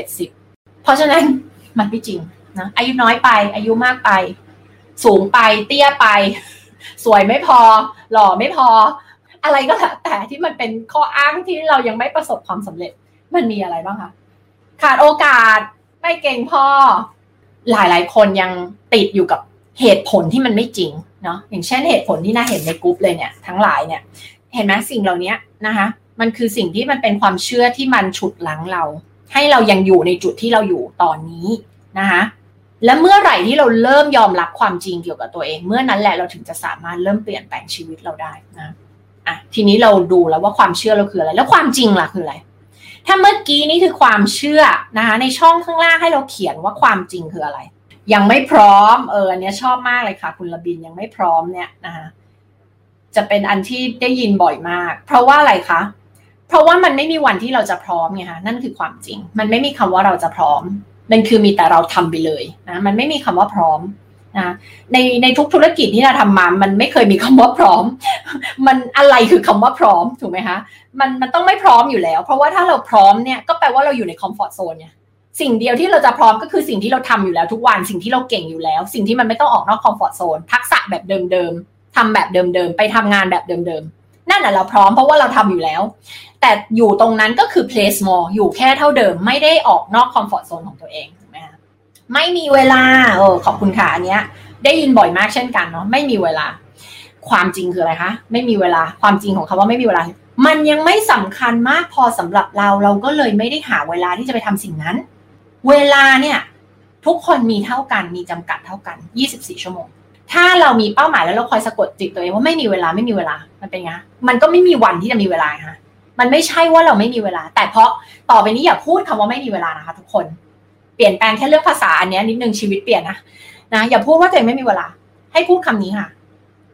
60-70เพราะฉะนั้นมันไม่จริงนะอายุน้อยไปอายุมากไปสูงไปเตี้ยไปสวยไม่พอหล่อไม่พออะไรก็แล้วแต่ที่มันเป็นข้ออ้างที่เรายังไม่ประสบความสำเร็จมันมีอะไรบ้างคะขาดโอกาสไม่เก่งพอหลายคนยังติดอยู่กับเหตุผลที่มันไม่จริงเนาะอย่างเช่นเหตุผลที่น่าเห็นในกรุ๊ปเลยเนี่ยทั้งหลายเนี่ยเห็นไหมสิ่งเหล่านี้นะคะมันคือสิ่งที่มันเป็นความเชื่อที่มันฉุดรั้งเราให้เรายังอยู่ในจุดที่เราอยู่ตอนนี้นะคะและเมื่อไหร่ที่เราเริ่มยอมรับความจริงเกี่ยวกับตัวเองเมื่อนั้นแหละเราถึงจะสามารถเริ่มเปลี่ยนแปลงชีวิตเราได้นะทีนี้เราดูแล้วว่าความเชื่อเราคืออะไรแล้วความจริงล่ะคืออะไรถ้าเมื่อกี้นี่คือความเชื่อนะคะในช่องข้างล่างให้เราเขียนว่าความจริงคืออะไรยังไม่พร้อมอันนี้ชอบมากเลยค่ะคุณระบินยังไม่พร้อมเนี่ยนะคะจะเป็นอันที่ได้ยินบ่อยมากเพราะว่าอะไรคะเพราะว่ามันไม่มีวันที่เราจะพร้อมไงคะนั่นคือความจริงมันไม่มีคำว่าเราจะพร้อมมันคือมีแต่เราทำไปเลยนะมันไม่มีคำว่าพร้อมนะในทุกธุรกิจที่เราทำมามันไม่เคยมีคำว่าพร้อมมันอะไรคือคำว่าพร้อมถูกไหมคะมันต้องไม่พร้อมอยู่แล้วเพราะว่าถ้าเราพร้อมเนี่ยก็แปลว่าเราอยู่ในคอมฟอร์ตโซนเนี่ยสิ่งเดียวที่เราจะพร้อมก็คือสิ่งที่เราทำอยู่แล้วทุกวันสิ่งที่เราเก่งอยู่แล้วสิ่งที่มันไม่ต้องออกนอกคอมฟอร์ตโซนทักษะแบบเดิมๆทำแบบเดิมๆไปทำงานแบบเดิมๆนั่นแหละเราพร้อมเพราะว่าเราทำอยู่แล้วแต่อยู่ตรงนั้นก็คือ play small อยู่แค่เท่าเดิมไม่ได้ออกนอกคอมฟอร์ตโซนของตัวเองถูกไหมคะไม่มีเวลาขอบคุณค่ะอันเนี้ยได้ยินบ่อยมากเช่นกันเนาะไม่มีเวลาความจริงคืออะไรคะไม่มีเวลาความจริงของคำว่าไม่มีเวลามันยังไม่สำคัญมากพอสำหรับเราก็เลยไม่ได้หาเวลาที่จะไปทำสิ่งนั้นเวลาเนี่ยทุกคนมีเท่ากันมีจำกัดเท่ากัน24 ชั่วโมงถ้าเรามีเป้าหมายแล้วเราคอยสะกดจิตตัวเองว่าไม่มีเวลาไม่มีเวลามันเป็นไงมันก็ไม่มีวันที่จะมีเวลาค่ะมันไม่ใช่ว่าเราไม่มีเวลาแต่เพราะต่อไปนี้อย่าพูดคำว่าไม่มีเวลานะคะทุกคนเปลี่ยนแปลงแค่เรื่องภาษาอันนี้นิดนึงชีวิตเปลี่ยนนะอย่าพูดว่าตัวเองไม่มีเวลาให้พูดคำนี้ค่ะให้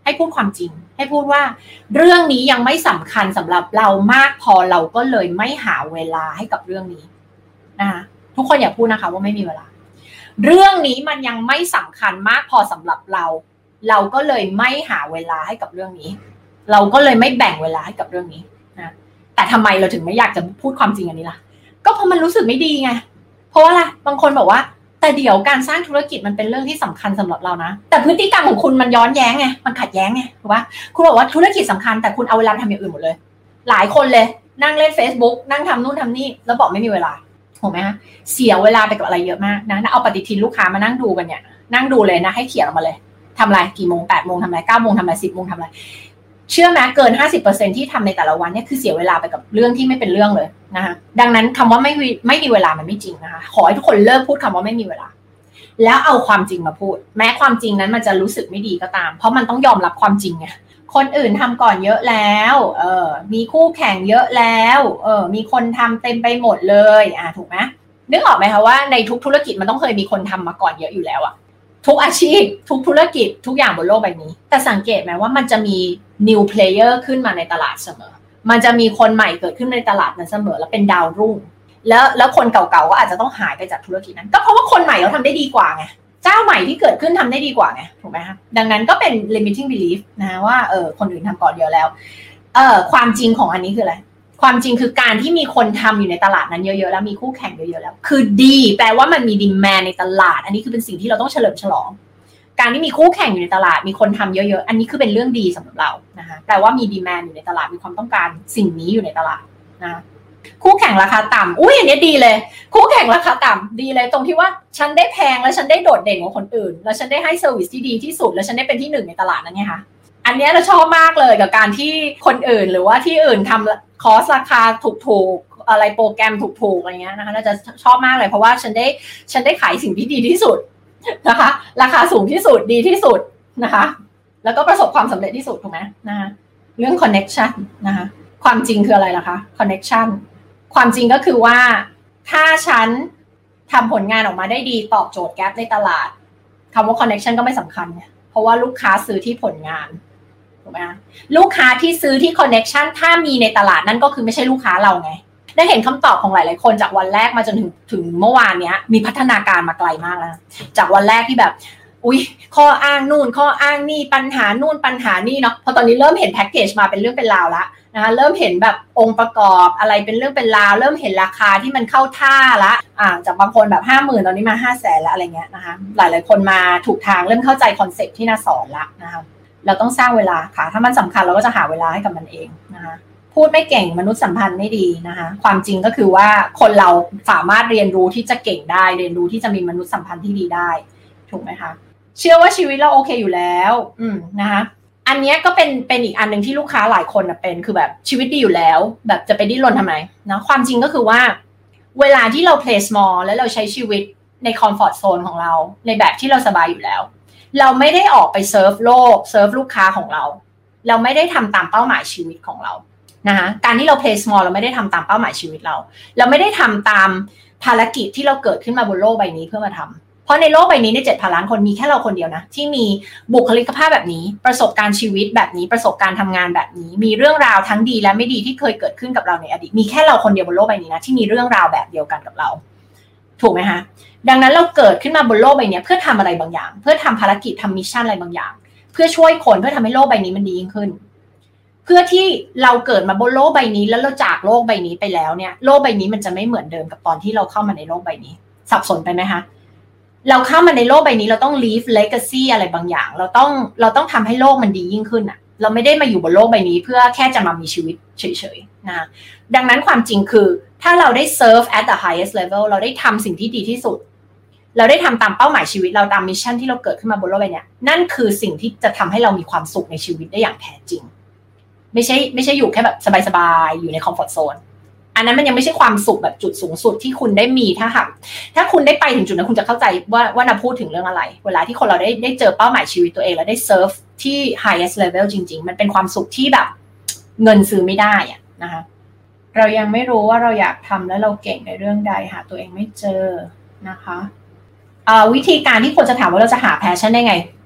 ให้พูดความจริงให้พูดว่าเรื่องนี้ยังไม่สำคัญสำหรับเรามากพอเราก็เลยไม่หาเวลาให้กับเรื่องนี้นะคะทุกคนอย่าพูดนะคะว่าไม่มีเวลาเรื่องนี้มันยังไม่สำคัญมากพอสำหรับเราก็เลยไม่หาเวลาให้กับเรื่องนี้เราก็เลยไม่แบ่งเวลาให้กับเรื่องนี้นะแต่ทำไมเราถึงไม่อยากจะพูดความจริงอันนี้ล่ะก็เพราะมันรู้สึกไม่ดีไงเพราะว่าอะไรบางคนบอกว่าแต่เดี๋ยวการสร้างธุรกิจมันเป็นเรื่องที่สำคัญสำหรับเรานะแต่พฤติกรรมของคุณมันย้อนแย้งไงมันขัดแย้งไงถูกปะคุณบอกว่าธุรกิจสำคัญแต่คุณเอาเวลาทำอย่างอื่นหมดเลยหลายคนเลยนั่งเล่น Facebook นั่งทำนู่นทำนี่แล้วบอกไม่มีเวลาถูกไหมฮะเสียเวลาไปกับอะไรเยอะมากนะเอาปฏิทินลูกค้ามานั่งดูกันเนี่ยนั่งดูเลยนะให้เขียนออกมาเลยทำอะไรกี่โมง8 โมงทำอะไร9 โมงทำอะไร10 โมงทำอะไรเชื่อไหมเกิน 50% ที่ทำในแต่ละวันเนี่ยคือเสียเวลาไปกับเรื่องที่ไม่เป็นเรื่องเลยนะคะดังนั้นคำว่าไม่มีเวลามันไม่จริงนะคะขอให้ทุกคนเลิกพูดคำว่าไม่มีเวลาแล้วเอาความจริงมาพูดแม้ความจริงนั้นมันจะรู้สึกไม่ดีก็ตามเพราะมันต้องยอมรับความจริงไงคนอื่นทำก่อนเยอะแล้วมีคู่แข่งเยอะแล้วมีคนทำเต็มไปหมดเลยถูกไหมนึกออกไหมคะว่าในทุกธุรกิจมันต้องเคยมีคนทำมาก่อนเยอะอยู่แล้วอะทุกอาชีพทุกธุรกิจทุกอย่างบนโลกใบนี้แต่สังเกตไหมว่ามันจะมี new player ขึ้นมาในตลาดเสมอมันจะมีคนใหม่เกิดขึ้นในตลาดนั้นเสมอแล้วเป็นดาวรุ่งแล้วคนเก่าๆก็อาจจะต้องหายไปจากธุรกิจนั้นก็เพราะว่าคนใหม่เขาทำได้ดีกว่าไงเจ้าใหม่ที่เกิดขึ้นทำได้ดีกว่าไงถูกไหมคะดังนั้นก็เป็น limiting belief นะว่าคนอื่นทำก่อนเยอะแล้วความจริงของอันนี้คืออะไรความจริงคือการที่มีคนทำอยู่ในตลาดนั้นเยอะๆแล้วมีคู่แข่งเยอะๆแล้วคือดีแปลว่ามันมี demand ในตลาดอันนี้คือเป็นสิ่งที่เราต้องเฉลิมฉลองการที่มีคู่แข่งอยู่ในตลาดมีคนทำเยอะๆอันนี้คือเป็นเรื่องดีสำหรับเรานะคะแปลว่ามี demand อยู่ในตลาดมีความต้องการสิ่งนี้อยู่ในตลาดนะคู่แข่งราคาต่ำอย่างนี้ดีเลยคู่แข่งราคาต่ำดีเลยตรงที่ว่าฉันได้แพงแล้วฉันได้โดดเด่นกว่าคนอื่นแล้วฉันได้ให้เซอร์วิสที่ดีที่สุดแล้วฉันได้เป็นที่หนึ่งในตลาดนั่นไงคะอันนี้เราชอบมากเลยกับการที่คนอื่นหรือว่าที่อื่นทำคอร์สราคาถูกๆอะไรโปรแกรมถูกๆอะไรเงี้ยนะคะเราจะชอบมากเลยเพราะว่าฉันได้ขายสิ่งที่ดีที่สุดนะคะราคาสูงที่สุดดีที่สุดนะคะแล้วก็ประสบความสำเร็จที่สุดถูกไหมนะคะเรื่อง connection นะคะความจริงคืออะไรล่ะคะ connection ความจริงก็คือว่าถ้าฉันทำผลงานออกมาได้ดีตอบโจทย์แก๊ปในตลาดคำว่า connection ก็ไม่สำคัญเนี่ยเพราะว่าลูกค้าซื้อที่ผลงานถูกไหมลูกค้าที่ซื้อที่ connection ถ้ามีในตลาดนั่นก็คือไม่ใช่ลูกค้าเราไงได้เห็นคำตอบของหลายๆคนจากวันแรกมาจนถึงเมื่อวานเนี้ยมีพัฒนาการมาไกลมากแล้วจากวันแรกที่แบบข้ออ้างนู่นข้ออ้างนี่ปัญหานู่นปัญหานี่เนาะพอตอนนี้เริ่มเห็นแพ็กเกจมาเป็นเรื่องเป็นราวแล้วนะคะเริ่มเห็นแบบองค์ประกอบอะไรเป็นเรื่องเป็นราวเริ่มเห็นราคาที่มันเข้าท่าละจากบางคนแบบ 50,000 ตอนนี้มา 500,000 แล้วอะไรเงี้ยนะคะหลายๆคนมาถูกทางเริ่มเข้าใจคอนเซ็ปต์ที่น่าสอนละนะคะเราต้องสร้างเวลาค่ะถ้ามันสำคัญเราก็จะหาเวลาให้กับมันเองนะคะพูดไม่เก่งมนุษยสัมพันธ์ไม่ดีนะคะความจริงก็คือว่าคนเราสามารถเรียนรู้ที่จะเก่งได้เรียนรู้ที่จะมีมนุษยสัมพันธ์ที่ดีได้ถูกไหมคะเชื่อว่าชีวิตเราโอเคอยู่แล้วนะคะอันนี้ก็เป็นอีกอันนึงที่ลูกค้าหลายคนเป็นคือแบบชีวิตดีอยู่แล้วแบบจะไปดิ้นรนทำไมนะความจริงก็คือว่าเวลาที่เรา play small แล้วเราใช้ชีวิตใน comfort zone ของเราในแบบที่เราสบายอยู่แล้วเราไม่ได้ออกไปเซิร์ฟโลกเซิร์ฟลูกค้าของเราไม่ได้ทำตามเป้าหมายชีวิตของเรานะคะการที่เรา play small เราไม่ได้ทำตามเป้าหมายชีวิตเราไม่ได้ทำตามภารกิจที่เราเกิดขึ้นมาบนโลกใบนี้เพื่อมาทำเพราะในโลกใบนี้ใน 7,000 ล้านคนมีแค่เราคนเดียวนะที่มีบุคลิกภาพแบบนี้ประสบการณ์ชีวิตแบบนี้ประสบการณ์ทำงานแบบนี้มีเรื่องราวทั้งดีและไม่ดีที่เคยเกิดขึ้นกับเราในอดีตมีแค่เราคนเดียวบนโลกใบนี้นะที่มีเรื่องราวแบบเดียวกันกับเราถูกไหมคะดังนั้นเราเกิดขึ้นมาบนโลกใบนี้เพื่อทำอะไรบางอย่างเพื่อทำภารกิจทำมิชชั่นอะไรบางอย่างเพื่อช่วยคนเพื่อทำให้โลกใบนี้มันดียิ่งขึ้นเพื่อที่เราเกิดมาบนโลกใบนี้แล้วเราจากโลกใบนี้ไปแล้วเนี่ยโลกใบนี้มันจะไม่เหมือนเดิมกับตอนที่เราเข้ามาในโลกใบนี้สับสนไปไหมคะเราเข้ามาในโลกใบนี้เราต้อง leave legacy อะไรบางอย่างเราต้องทำให้โลกมันดียิ่งขึ้นอ่ะเราไม่ได้มาอยู่บนโลกใบนี้เพื่อแค่จะมามีชีวิตเฉยๆนะดังนั้นความจริงคือถ้าเราได้ serve at the highest level เราได้ทำสิ่งที่ดีที่สุดเราได้ทำตามเป้าหมายชีวิตเราตามมิชชั่นที่เราเกิดขึ้นมาบนโลกใบนี้นั่นคือสิ่งที่จะทำให้เรามีความสุขในชีวิตได้อย่างแท้จริงไม่ใช่อยู่แค่แบบสบายๆอยู่ใน comfort zoneอันนั้นมันยังไม่ใช่ความสุขแบบจุดสูงสุดที่คุณได้มีถ้าคุณได้ไปถึงจุดนั้นคุณจะเข้าใจว่าเราพูดถึงเรื่องอะไรเวลาที่คนเราได้เจอเป้าหมายชีวิตตัวเองแล้วได้เซิร์ฟที่ highest level จริงๆมันเป็นความสุขที่แบบเงินซื้อไม่ได้อะนะคะเรายังไม่รู้ว่าเราอยากทำและเราเก่งในเรื่องใดหาตัวเองไม่เจอนะคะวิธีการที่คนจะถามว่าเราจะหา passion ได้ไง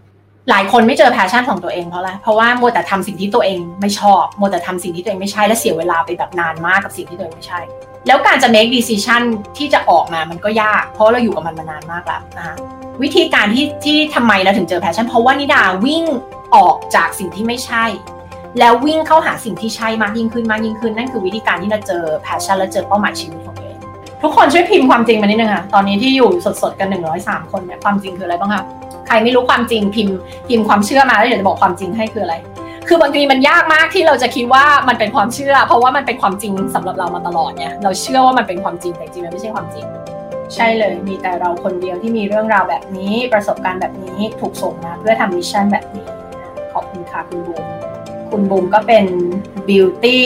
หลายคนไม่เจอแพชชั่นของตัวเองเพราะอะไรเพราะว่ามัวแต่ทำสิ่งที่ตัวเองไม่ชอบมัวแต่ทำสิ่งที่ตัวเองไม่ใช่และเสียเวลาไปแบบนานมากกับสิ่งที่ตัวเองไม่ใช่แล้วการจะ make decision ที่จะออกมามันก็ยากเพราะเราอยู่กับมันมานานมากแล้วนะคะวิธีการที่ทำไมเราถึงเจอแพชชั่นเพราะว่านิดาวิ่งออกจากสิ่งที่ไม่ใช่แล้ววิ่งเข้าหาสิ่งที่ใช่มากยิ่งขึ้นนั่นคือวิธีการที่เราเจอแพชชั่นและเจอเป้าหมายชีวิตของตัวเองทุกคนช่วยพิมพ์ความจริงมานิดนึงค่ะตอนนี้ที่อยู่สดๆกัน103คนเนี่ยความจริงคืออะไรบ้างคะใครไม่รู้ความจริงพิมพ์ความเชื่อมาแล้วเดี๋ยวจะบอกความจริงให้คืออะไรคือบางทีมันยากมากที่เราจะคิดว่ามันเป็นความเชื่อเพราะว่ามันเป็นความจริงสำหรับเรามาตลอดเนี่ยเราเชื่อว่ามันเป็นความจริงแต่จริงมันไม่ใช่ความจริงใช่เลยมีแต่เราคนเดียวที่มีเรื่องราวแบบนี้ประสบการณ์แบบนี้ถูกส่งมาเพื่อทำมิชชั่นแบบนี้ขอบคุณค่ะคุณบูมก็เป็น beauty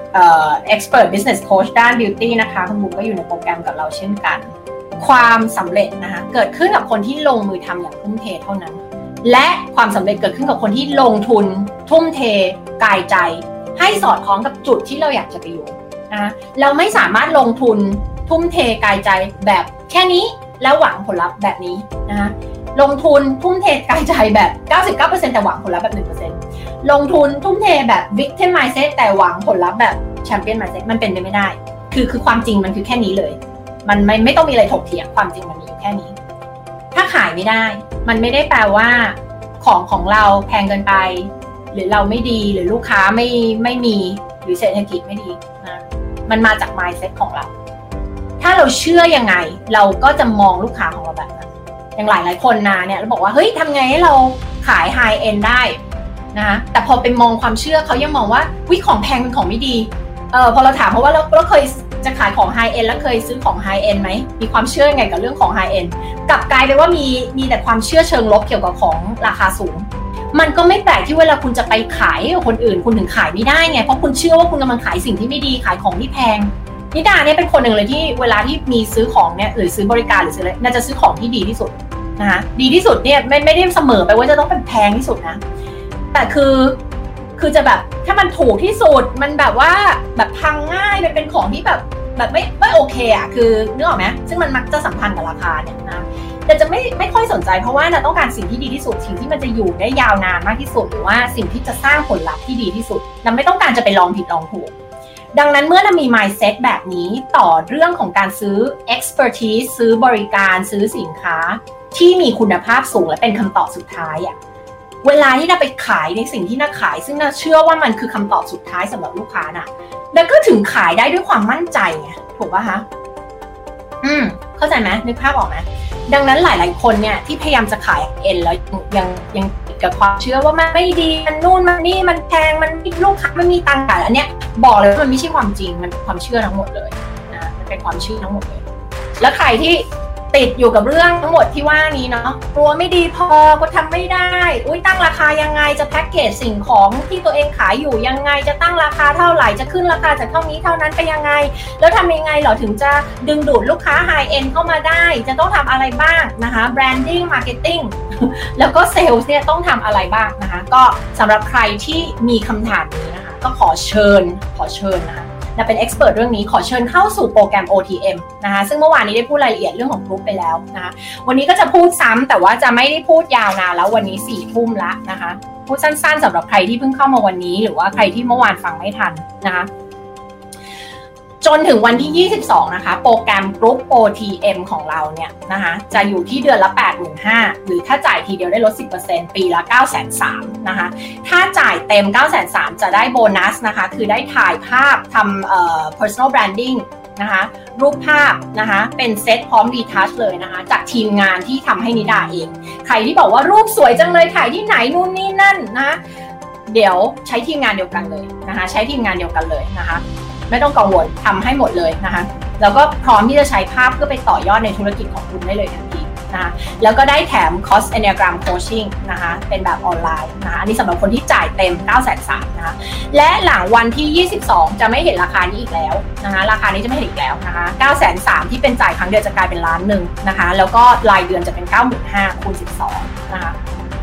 expert business coach ด้าน beauty นะคะคุณบูมก็อยู่ในโปรแกรมกับเราเช่นกันความสำเร็จนะคะเกิดขึ้นกับคนที่ลงมือทำอย่างทุ่มเทเท่านั้นและความสำเร็จเกิดขึ้นกับคนที่ลงทุนทุ่มเทกายใจให้สอดคล้องกับจุดที่เราอยากจะไปอยู่นะเราไม่สามารถลงทุนทุ่มเทกายใจแบบแค่นี้แล้วหวังผลลัพธ์แบบนี้นะคะลงทุนทุ่มเทกายใจแบบ 99% แต่หวังผลลัพธ์แบบ 1% ลงทุนทุ่มเทแบบ victim mindset แต่หวังผลลัพธ์แบบ champion mindset มันเป็นไปไม่ได้คือความจริงมันคือแค่นี้เลยมันไม่ต้องมีอะไรถกเถียงความจริงมันมีอยู่แค่นี้ถ้าขายไม่ได้มันไม่ได้แปลว่าของเราแพงเกินไปหรือเราไม่ดีหรือลูกค้าไม่มีหรือเศรษฐกิจไม่ดีนะมันมาจาก mindset ของเราถ้าเราเชื่อยังไงเราก็จะมองลูกค้าของเราแบบนั้นอย่างหลายคนนะเนี่ยเราบอกว่าเฮ้ยทำไงให้เราขาย high end ได้นะแต่พอไปมองความเชื่อเขายังมองว่าวิของแพงเป็นของไม่ดีพอเราถามเพราะว่าเราเคยจะขายของ high end แล้วเคยซื้อของ high end ไหมมีความเชื่อยังไงกับเรื่องของ high end กลับกลายเป็นว่ามีแต่ความเชื่อเชิงลบเกี่ยวกับของราคาสูงมันก็ไม่แปลกที่เวลาคุณจะไปขายกับคนอื่นคุณถึงขายไม่ได้ไงเพราะคุณเชื่อว่าคุณกำลังขายสิ่งที่ไม่ดีขายของที่แพงนิดาเนี่ยเป็นคนหนึ่งเลยที่เวลาที่มีซื้อของเนี่ยหรือซื้อบริการหรือซื้ออะไรน่าจะซื้อของที่ดีที่สุดนะคะดีที่สุดเนี่ยไม่ได้เสมอไปว่าจะต้องเป็นแพงที่สุดนะแต่คือจะแบบถ้ามันถูกที่สุดมันแบบว่าแบบพังง่ายมันเป็นของที่แบบไม่โอเคอ่ะคือนึกออกไหมซึ่งมันมักจะสัมพันธ์กับราคาเนี่ยนะแต่จะไม่ค่อยสนใจเพราะว่าเราต้องการสิ่งที่ดีที่สุดสิ่งที่มันจะอยู่ได้ยาวนานมากที่สุดหรือว่าสิ่งที่จะสร้างผลลัพธ์ที่ดีที่สุดเราไม่ต้องการจะไปลองผิดลองถูกดังนั้นเมื่อเรามี mindset แบบนี้ต่อเรื่องของการซื้อ expertise ซื้อบริการซื้อสินค้าที่มีคุณภาพสูงและเป็นคำตอบสุดท้ายอ่ะเวลาที่เราไปขายในสิ่งที่น่าขายซึ่งน่าเชื่อว่ามันคือคำตอบสุดท้ายสำหรับลูกค้าน่ะแล้วก็ถึงขายได้ด้วยความมั่นใจไงถูกป่ะคะเข้าใจไหมนึกภาพออกไหมดังนั้นหลายๆคนเนี่ยที่พยายามจะขายเอ็นแล้วยังติดกับความเชื่อว่ามันไม่ดีมันนู่นมันนี่มันแพงมันลูกค้าไม่มีตังค์ขายอันเนี้ยบอกเลยว่ามันไม่ใช่ความจริงมันเป็นความเชื่อทั้งหมดเลยนะมันเป็นความเชื่อทั้งหมดเลยแล้วใครที่ติดอยู่กับเรื่องทั้งหมดที่ว่านี้เนาะกลัวไม่ดีพอก็ทำไม่ได้ตั้งราคายังไงจะแพ็คเกจสิ่งของที่ตัวเองขายอยู่ยังไงจะตั้งราคาเท่าไหร่จะขึ้นราคาจากเท่านี้เท่านั้นไปยังไงแล้วทำยังไงเหรอถึงจะดึงดูดลูกค้าไฮเอ็นเข้ามาได้จะต้องทำอะไรบ้างนะคะแบรนดิ้งมาร์เก็ตติ้งแล้วก็เซลล์เนี่ยต้องทำอะไรบ้างนะคะก็สำหรับใครที่มีคำถามนี้นะคะก็ขอเชิญนะคะเป็น expert เรื่องนี้ขอเชิญเข้าสู่โปรแกรม OTM นะคะซึ่งเมื่อวานนี้ได้พูดรายละเอียดเรื่องของกรุ๊ปไปแล้วนะคะวันนี้ก็จะพูดซ้ำแต่ว่าจะไม่ได้พูดยาวนานแล้ววันนี้ 4 ทุ่มละนะคะพูดสั้นๆสำหรับใครที่เพิ่งเข้ามาวันนี้หรือว่าใครที่เมื่อวานฟังไม่ทันนะคะจนถึงวันที่22นะคะโปรแกรมกรุ๊ป OTM ของเราเนี่ยนะคะจะอยู่ที่เดือนละ 85,000 หรือถ้าจ่ายทีเดียวได้ลด 10% ปีละ 930,000 นะคะถ้าจ่ายเต็ม 930,000 จะได้โบนัสนะคะคือได้ถ่ายภาพทำpersonal branding นะคะรูปภาพนะคะเป็นเซตพร้อมรีทัชเลยนะคะจากทีมงานที่ทำให้นิดาเองใครที่บอกว่ารูปสวยจังเลยถ่ายที่ไหนนู่นนี่นั่นนะเดี๋ยวใช้ทีมงานเดียวกันเลยนะคะใช้ทีมงานเดียวกันเลยนะคะไม่ต้องกังวลทำให้หมดเลยนะคะแล้วก็พร้อมที่จะใช้ภาพเพื่อไปต่อยอดในธุรกิจของคุณได้เลยทันทีนะคะแล้วก็ได้แถม Cost Enneagram Coaching นะคะเป็นแบบออนไลน์นะคะอันนี้สำหรับคนที่จ่ายเต็ม 930,000 นะคะและหลังวันที่22จะไม่เห็นราคานี้อีกแล้วนะคะราคานี้จะไม่เห็นอีกแล้วนะคะ 930,000 ที่เป็นจ่ายครั้งเดียวจะกลายเป็น1,000,000นะคะแล้วก็รายเดือนจะเป็น 95,000 คูณ 12นะคะ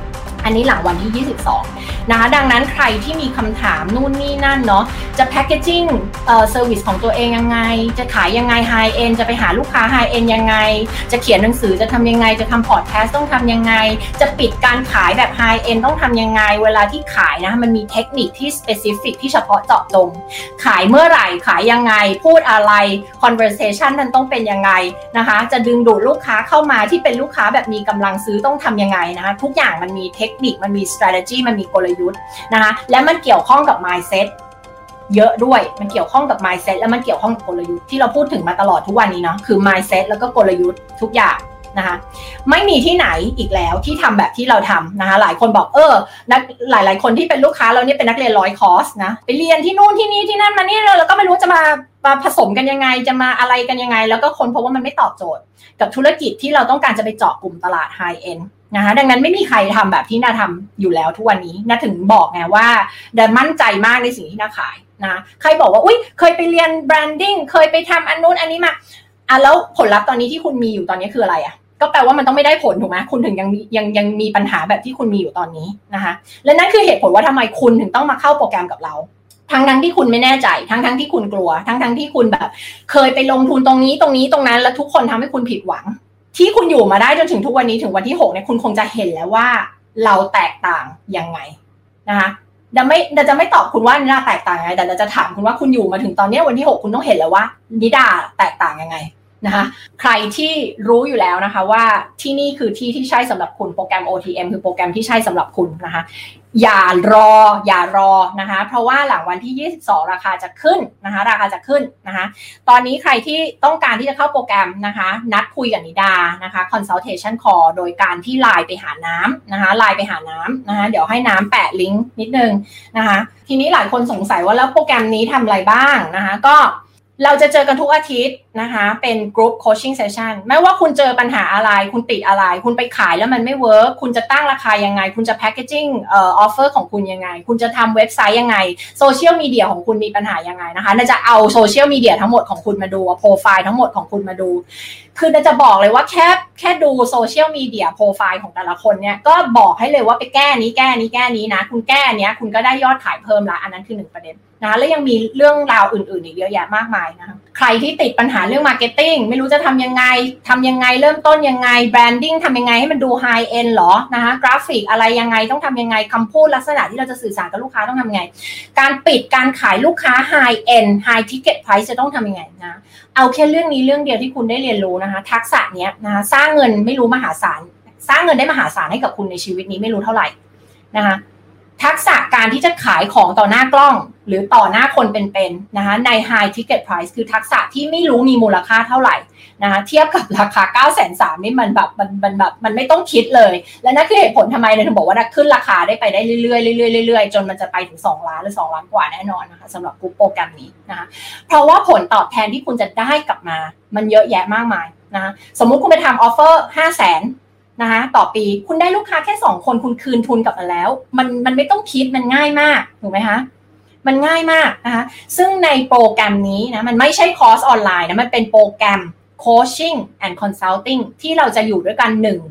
อันนี้หลังวันที่22นะคะดังนั้นใครที่มีคำถามนู่นนี่นั่นเนาะจะแพคเกจจิ้งเซอร์วิสของตัวเองยังไงจะขายยังไงไฮเอ็นจะไปหาลูกค้าไฮเอ็นยังไงจะเขียนหนังสือจะทำยังไงจะทำพอดแคสต์ต้องทำยังไงจะปิดการขายแบบไฮเอ็นต้องทำยังไงเวลาที่ขายนะมันมีเทคนิคที่ specific ที่เฉพาะเจาะจงขายเมื่อไหร่ขายยังไงพูดอะไร conversation นั้นต้องเป็นยังไงนะคะจะดึงดูดลูกค้าเข้ามาที่เป็นลูกค้าแบบมีกำลังซื้อต้องทำยังไงนะคะทุกอย่างมันมีเทคนิคมันมี strategy มันมีกลยุทธ์นะคะและมันเกี่ยวข้องกับ mindset เยอะด้วยมันเกี่ยวข้องกับ mindset และมันเกี่ยวข้องกับกลยุทธ์ที่เราพูดถึงมาตลอดทุกวันนี้เนาะคือ mindset แล้วก็กลยุทธ์ทุกอย่างนะคะไม่มีที่ไหนอีกแล้วที่ทำแบบที่เราทำนะคะหลายคนบอกนักหลายคนที่เป็นลูกค้าเราเนี่ยเป็นนักเรียน100 คอร์สนะไปเรียนที่นู่นที่นี่ที่นั่นมานี่แล้วก็ไม่รู้จะมาผสมกันยังไงจะมาอะไรกันยังไงแล้วก็คนพบว่ามันไม่ตอบโจทย์กับธุรกิจที่เราต้องการจะไปเจาะกลุ่มตลาดไฮเอ็นด์นะคะดังนั้นไม่มีใครทำแบบที่น่าทำอยู่แล้วทุกวันนี้น่าถึงบอกไงว่าได้มั่นใจมากในสิ่งที่น่าขายนะใครบอกว่าอุ๊ยเคยไปเรียนแบรนดิ้งเคยไปทำอันนู้นอันนี้มาแล้วผลลัพธ์ตอนนี้ที่คุณมีอยู่ตอนนี้คืออะไรก็แปลว่ามันต้องไม่ได้ผลถูกไหมคุณถึงยังมีปัญหาแบบที่คุณมีอยู่ตอนนี้นะคะและนั่นคือเหตุผลว่าทำไมคุณถึงต้องมาเข้าโปรแกรมกับเราทั้งที่คุณไม่แน่ใจทั้งที่คุณกลัวทั้งที่คุณแบบเคยไปลงทุนตรงนี้ตรงนั้นแล้วทุกคนทำให้คุณผิดหวังที่คุณอยู่มาได้จนถึงทุกวันนี้ถึงวันที่6เนี่ยคุณคงจะเห็นแล้วว่าเราแตกต่างยังไงนะคะจะไม่ตอบคุณว่านิดาแตกต่างยังไงแต่จะถามคุณว่าคุณอยู่มาถึงตอนนี้วันที่6คุณต้องเห็นแล้วว่านิดาแตกต่างยังไงนะคะใครที่รู้อยู่แล้วนะคะว่าที่นี่คือที่ใช่สำหรับคุณโปรแกรม OTM คือโปรแกรมที่ใช่สำหรับคุณนะคะอย่ารอนะคะเพราะว่าหลังวันที่22ราคาจะขึ้นนะคะตอนนี้ใครที่ต้องการที่จะเข้าโปรแกรมนะคะนัดคุยกับนิดานะคะ consultation call โดยการที่ไลน์ไปหาน้ำนะคะเดี๋ยวให้น้ำแปะลิงก์นิดนึงนะคะทีนี้หลายคนสงสัยว่าแล้วโปรแกรมนี้ทำอะไรบ้างนะคะก็เราจะเจอกันทุกอาทิตย์นะคะเป็น group coaching session ไม่ว่าคุณเจอปัญหาอะไรคุณติดอะไรคุณไปขายแล้วมันไม่เวิร์คคุณจะตั้งราคายังไงคุณจะ packaging offer ของคุณยังไงคุณจะทำเว็บไซต์ยังไงโซเชียลมีเดียของคุณมีปัญหายังไงนะคะเราจะเอาโซเชียลมีเดียทั้งหมดของคุณมาดูโปรไฟล์ทั้งหมดของคุณมาดูคือเราจะบอกเลยว่าแค่ดูโซเชียลมีเดียโปรไฟล์ของแต่ละคนเนี่ยก็บอกให้เลยว่าไปแก้นี้นะคุณแก้เนี้ยคุณก็ได้ยอดขายเพิ่มละอันนั้นคือ1ประเด็นนะแล้วยังมีเรื่องราวอื่นๆอีกเยอะแยะมากมายนะคะใครที่ติดปัญหาเรื่องมาร์เก็ตติ้งไม่รู้จะทำยังไงเริ่มต้นยังไงแบรนดิ้งทำยังไงให้มันดูไฮเอ็นด์หรอนะคะกราฟิกอะไรยังไงต้องทำยังไงคำพูดลักษณะที่เราจะสื่อสารกับลูกค้าต้องทำยังไงการปิดการขายลูกค้าไฮเอ็นด์ไฮทิกเก็ตไพรซ์จะต้องทำยังไงนะเอาแค่เรื่องนี้เรื่องเดียวที่คุณได้เรียนรู้นะคะทักษะเนี้ยนะคะสร้างเงินไม่รู้มหาศาลสร้างเงินได้มหาศาลให้กับคุณในชีวิตนี้ไม่รู้เท่าไหร่นะคะทักษะการที่จะขายของต่อหน้ากล้องหรือต่อหน้าคนเป็นๆนะคะใน high ticket price คือทักษะที่ไม่รู้มีมูลค่าเท่าไหร่นะคะเทียบกับราคา 930,000 นี่มันแบบมันไม่ต้องคิดเลยและนั่นคือเหตุผลทำไมเราถึงบอกว่าขึ้นราคาได้ไปได้เรื่อยๆจนมันจะไปถึง2ล้านหรือ2ล้านกว่าแน่นอนนะคะสำหรับกลุ่มโปรแกรมนี้นะคะเพราะว่าผลตอบแทนที่คุณจะได้กลับมามันเยอะแยะมากมายนะคะสมมุติคุณไปทำออฟเฟอร์ 500,000นะคะต่อปีคุณได้ลูกค้าแค่2คนคุณคืนทุนกลับมาแล้วมันไม่ต้องคิดมันง่ายมากถูกไหมคะมันง่ายมากนะคะซึ่งในโปรแกรมนี้นะมันไม่ใช่คอร์สออนไลน์นะมันเป็นโปรแกรม Coaching and Consulting ที่เราจะอยู่ด้วยกัน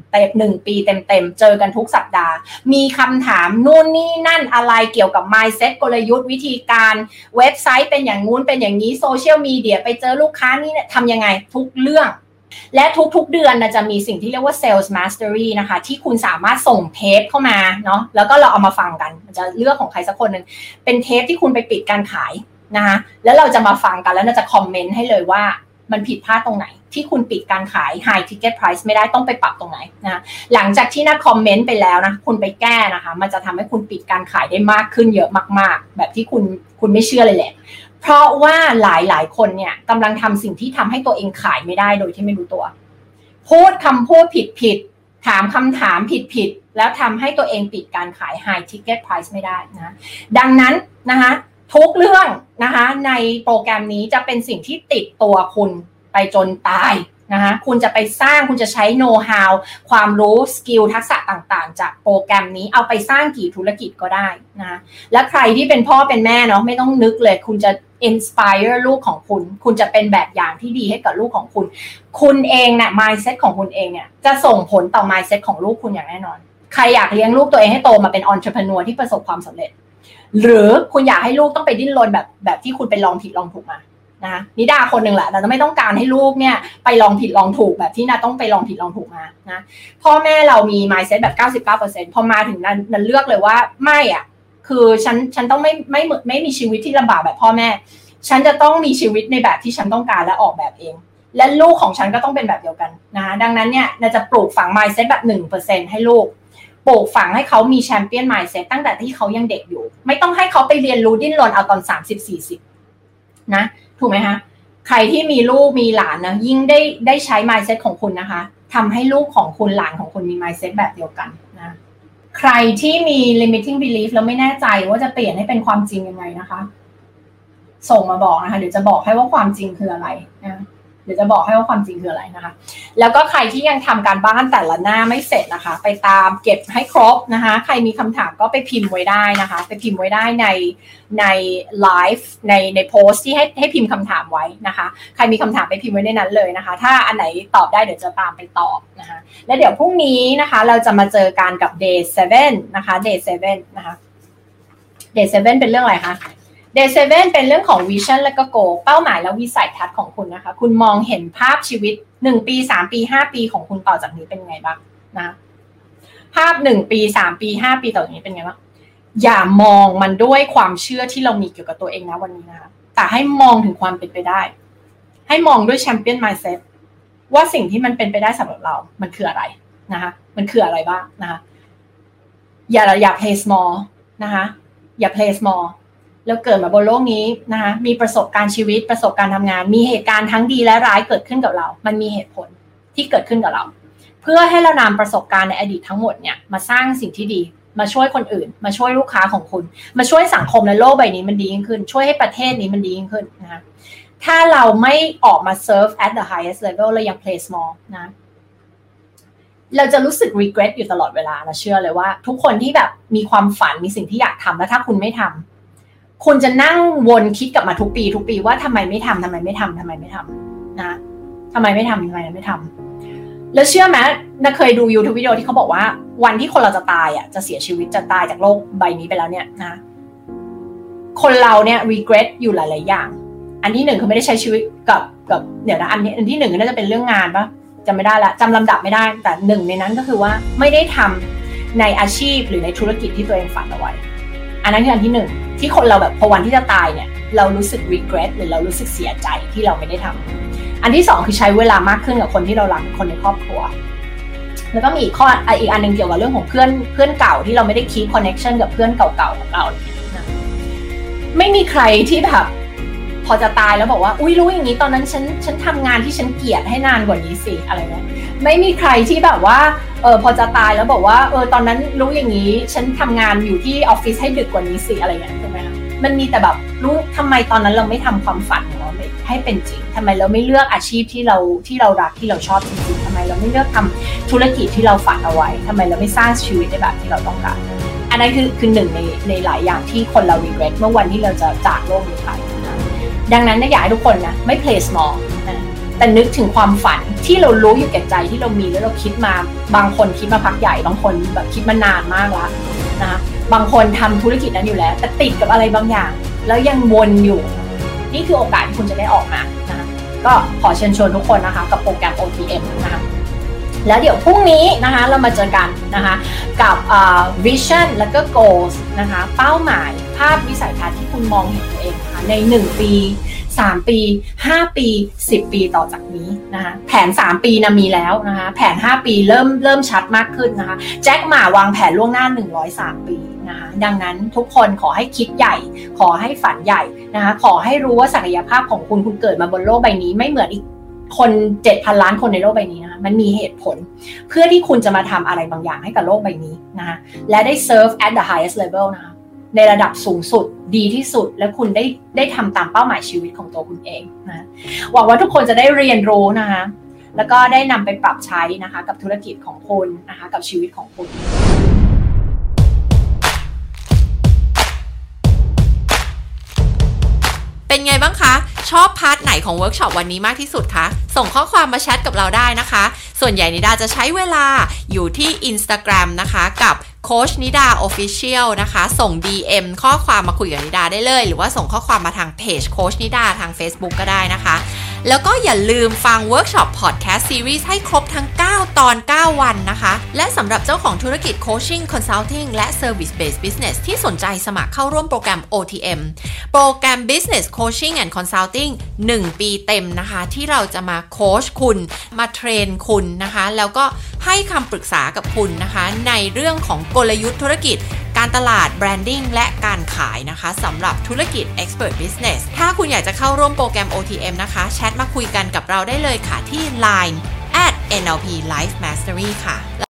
1 ปีเต็มๆเจอกันทุกสัปดาห์มีคำถามนู่นนี่นั่นอะไรเกี่ยวกับ mindset กลยุทธ์วิธีการเว็บไซต์เป็นอย่างงู้นเป็นอย่างนี้โซเชียลมีเดียไปเจอลูกค้านี่ทำยังไงทุกเรื่องและทุกๆเดือนจะมีสิ่งที่เรียกว่า Sales Mastery นะคะที่คุณสามารถส่งเทปเข้ามาเนาะแล้วก็เราเอามาฟังกันจะเลือกของใครสักคนนึงเป็นเทปที่คุณไปปิดการขายนะคะแล้วเราจะมาฟังกันแล้วเราจะคอมเมนต์ให้เลยว่ามันผิดพลาดตรงไหนที่คุณปิดการขาย High Ticket Price ไม่ได้ต้องไปปรับตรงไหนนะหลังจากที่น่าคอมเมนต์ไปแล้วนะคุณไปแก้นะคะมันจะทำให้คุณปิดการขายได้มากขึ้นเยอะมากๆแบบที่คุณไม่เชื่อเลยแหละเพราะว่าหลายคนเนี่ยกำลังทำสิ่งที่ทำให้ตัวเองขายไม่ได้โดยที่ไม่รู้ตัวพูดคำพูดผิดถามคำถามผิดแล้วทำให้ตัวเองปิดการขาย High Ticket Price ไม่ได้นะดังนั้นนะคะทุกเรื่องนะคะในโปรแกรมนี้จะเป็นสิ่งที่ติดตัวคุณไปจนตายนะคะคุณจะไปสร้างคุณจะใช้โน้ตฮาวความรู้สกิลทักษะต่างๆจากโปรแกรมนี้เอาไปสร้างกี่ธุรกิจก็ได้นะและใครที่เป็นพ่อเป็นแม่เนาะไม่ต้องนึกเลยคุณจะ inspire ลูกของคุณจะเป็นแบบอย่างที่ดีให้กับลูกของคุณเองเนี่ย mindset ของคุณเองเนี่ยจะส่งผลต่อ mindset ของลูกคุณอย่างแน่นอนใครอยากเลี้ยงลูกตัวเองให้โตมาเป็น entrepreneur ที่ประสบความสำเร็จหรือคุณอยากให้ลูกต้องไปดิ้นรนแบบที่คุณไปลองผิดลองถูกมานะนิดาคนหนึ่งแหละแต่ไม่ต้องการให้ลูกเนี่ยไปลองผิดลองถูกแบบที่นาต้องไปลองผิดลองถูกมานะพ่อแม่เรามี mindset แบบ 99% พอมาถึงนั้นเลือกเลยว่าไม่อ่ะคือฉันต้องไม่มีชีวิตที่ลำบากแบบพ่อแม่ฉันจะต้องมีชีวิตในแบบที่ฉันต้องการและออกแบบเองและลูกของฉันก็ต้องเป็นแบบเดียวกันนะคะดังนั้นเนี่ยนาจะปลูกฝัง mindset แบบ 1% ให้ลูกปลูกฝังให้เขามีแชมเปี้ยน mindset ตั้งแต่ที่เขายังเด็กอยู่ไม่ต้องให้เขาไปเรียนรู้ดิ้นรนเอาตอน 30-40 นะถูกไหมคะใครที่มีลูกมีหลานนะยิ่งได้ใช้ mindset ของคุณนะคะทำให้ลูกของคุณหลานของคุณมี mindset แบบเดียวกันนะใครที่มี limiting belief แล้วไม่แน่ใจว่าจะเปลี่ยนให้เป็นความจริงยังไงนะคะส่งมาบอกนะคะเดี๋ยวจะบอกให้ว่าความจริงคืออะไรนะเดี๋ยวจะบอกให้ว่าความจริงคืออะไรนะคะแล้วก็ใครที่ยังทำการบ้านแต่ละหน้าไม่เสร็จนะคะไปตามเก็บให้ครบนะคะใครมีคำถามก็ไปพิมพ์ไว้ได้นะคะไปพิมพ์ไว้ได้ในไลฟ์ในโพสต์ที่ให้พิมพ์คำถามไว้นะคะใครมีคำถามไปพิมพ์ไว้ในนั้นเลยนะคะถ้าอันไหนตอบได้เดี๋ยวจะตามไปตอบนะคะแล้วเดี๋ยวพรุ่งนี้นะคะเราจะมาเจอกันกับ day 7นะคะ day 7นะคะ day 7เป็นเรื่องอะไรคะDay 7เป็นเรื่องของ Vision และก็ Goal เป้าหมายและวิสัยทัศน์ของคุณนะคะคุณมองเห็นภาพชีวิต1ปี3ปี5ปีของคุณต่อจากนี้เป็นไงบ้างนะภาพ1ปี3ปี5ปีต่อจากนี้เป็นไงบ้างอย่ามองมันด้วยความเชื่อที่เรามีเกี่ยวกับตัวเองนะวันนี้นะคะแต่ให้มองถึงความเป็นไปได้ให้มองด้วย Champion Mindset ว่าสิ่งที่มันเป็นไปได้สำหรับเรามันคืออะไรนะคะมันคืออะไรบ้างนะคะอย่า play small นะคะอย่า play smallแล้วเกิดมาบนโลกนี้นะคะมีประสบการณ์ชีวิตประสบการณ์ทำงานมีเหตุการณ์ทั้งดีและร้ายเกิดขึ้นกับเรามันมีเหตุผลที่เกิดขึ้นกับเราเพื่อให้เรานำประสบการณ์ในอดีตทั้งหมดเนี่ยมาสร้างสิ่งที่ดีมาช่วยคนอื่นมาช่วยลูกค้าของคุณมาช่วยสังคมและโลกใบนี้มันดียิ่งขึ้นช่วยให้ประเทศนี้มันดียิ่งขึ้นนะคะถ้าเราไม่ออกมา serve at the highest level เรายัง play small นะเราจะรู้สึก regret อยู่ตลอดเวลานะเชื่อเลยว่าทุกคนที่แบบมีความฝันมีสิ่งที่อยากทำแล้วถ้าคุณไม่ทำคุณจะนั่งวนคิดกลับมาทุกปีว่าทำไมไม่ทำนะทำไมไม่ทำแล้วเชื่อไหมน่าเคยดู YouTube วิดีโอที่เขาบอกว่าวันที่คนเราจะตายอ่ะจะเสียชีวิตจะตายจากโลกใบนี้ไปแล้วเนี่ยนะคนเราเนี่ย regret อยู่หลายๆอย่างอันที่1คือไม่ได้ใช้ชีวิตกับเดี๋ยวนะอันที่1ก็น่าจะเป็นเรื่องงานปะจำไม่ได้ละจำลำดับไม่ได้แต่1ในนั้นก็คือว่าไม่ได้ทำในอาชีพหรือในธุรกิจที่ตัวเองฝันเอาไว้อันนั้นคืออันที่1ที่คนเราแบบพอวันที่จะตายเนี่ยเรารู้สึก regret หรือเรารู้สึกเสียใจที่เราไม่ได้ทำอันที่2คือใช้เวลามากขึ้นกับคนที่เรารักคนในครอบครัวแล้วก็มีอีกอันนึงเกี่ยวกับเรื่องของเพื่อนเก่าที่เราไม่ได้ keep connection กับเพื่อนเก่าๆของเรานะไม่มีใครที่แบบพอจะตายแล้วบอกว่าอุ๊ยรู้อย่างนี้ตอนนั้นฉันทำงานที่ฉันเกลียดให้นานกว่านี้สิอะไรนะไม่มีใครที่แบบว่าพอจะตายแล้วบอกว่าตอนนั้นรู้อย่างนี้ฉันทำงานอยู่ที่ออฟฟิศให้ดึกกว่านี้สิอะไรอย่างเงี้ยถูกไหมคะมันมีแต่แบบรู้ทำไมตอนนั้นเราไม่ทำความฝันของเราให้เป็นจริงทำไมเราไม่เลือกอาชีพที่เรารักที่เราชอบจริงๆทำไมเราไม่เลือกทำธุรกิจที่เราฝันเอาไว้ทำไมเราไม่สร้างชีวิตในแบบที่เราต้องการอันนั้นคือหนึ่งในหลายอย่างที่คนเรา regret เมื่อวันที่เราจะจากโลกนี้ไปดังนั้นอยากให้ทุกคนนะไม่ play small นะแต่นึกถึงความฝันที่เรารู้อยู่แก่ใจที่เรามีแล้วเราคิดมาบางคนคิดมาพักใหญ่บางคนแบบคิดมานานมากแล้วนะคะบางคนทำธุรกิจนั้นอยู่แล้วแต่ติดกับอะไรบางอย่างแล้วยังวนอยู่นี่คือโอกาสที่คุณจะได้ออกมานะคะก็ขอเชิญชวนทุกคนนะคะกับโปรแกรม OTM นะคะแล้วเดี๋ยวพรุ่งนี้นะคะเรามาเจอกันนะคะกับvision แล้วก็ goals นะคะเป้าหมายภาพวิสัยทัศน์ที่คุณมองเห็นตัวเองนะคะใน1ปี3ปี5ปี10ปีต่อจากนี้นะคะแผน3ปีนะมีแล้วนะคะแผน5ปีเริ่มชัดมากขึ้นนะคะแจ็คหม่าวางแผนล่วงหน้า103ปีนะคะดังนั้นทุกคนขอให้คิดใหญ่ขอให้ฝันใหญ่นะคะขอให้รู้ว่าศักยภาพของคุณเกิดมาบนโลกใบนี้ไม่เหมือนอีกคน 7,000 ล้านคนในโลกใบนี้นะคะมันมีเหตุผลเพื่อที่คุณจะมาทำอะไรบางอย่างให้กับโลกใบนี้นะคะและได้ serve at the highest level นะคะในระดับสูงสุดดีที่สุดและคุณได้ทำตามเป้าหมายชีวิตของตัวคุณเองนะหวังว่าทุกคนจะได้เรียนรู้นะคะแล้วก็ได้นำไปปรับใช้นะคะกับธุรกิจของคุณนะคะกับชีวิตของคุณเป็นไงบ้างคะชอบพาร์ทไหนของเวิร์กช็อปวันนี้มากที่สุดคะส่งข้อความมาแชทกับเราได้นะคะส่วนใหญ่นิดาจะใช้เวลาอยู่ที่ Instagram นะคะกับโค้ชนิดา Official นะคะส่ง DM ข้อความมาคุยกับนิดาได้เลยหรือว่าส่งข้อความมาทางเพจโค้ชนิดาทาง Facebook ก็ได้นะคะแล้วก็อย่าลืมฟังเวิร์กช็อปพอดแคสต์ซีรีส์ให้ครบทั้ง9ตอน9วันนะคะและสำหรับเจ้าของธุรกิจ Coaching Consulting และ Service Based Business ที่สนใจสมัครเข้าร่วมโปรแกรม OTM โปรแกรม Business Coaching and Consulting 1 ปีเต็มนะคะที่เราจะมาโค้ชคุณมาเทรนคุณนะคะแล้วก็ให้คำปรึกษากับคุณนะคะในเรื่องของกลยุทธ์ธุรกิจการตลาดแบรนดิ้งและการขายนะคะสำหรับธุรกิจ Expert Business ถ้าคุณอยากจะเข้าร่วมโปรแกรม OTM นะคะแชทมาคุยกันกับเราได้เลยค่ะที่ Line @NLP Life Mastery ค่ะแล้ว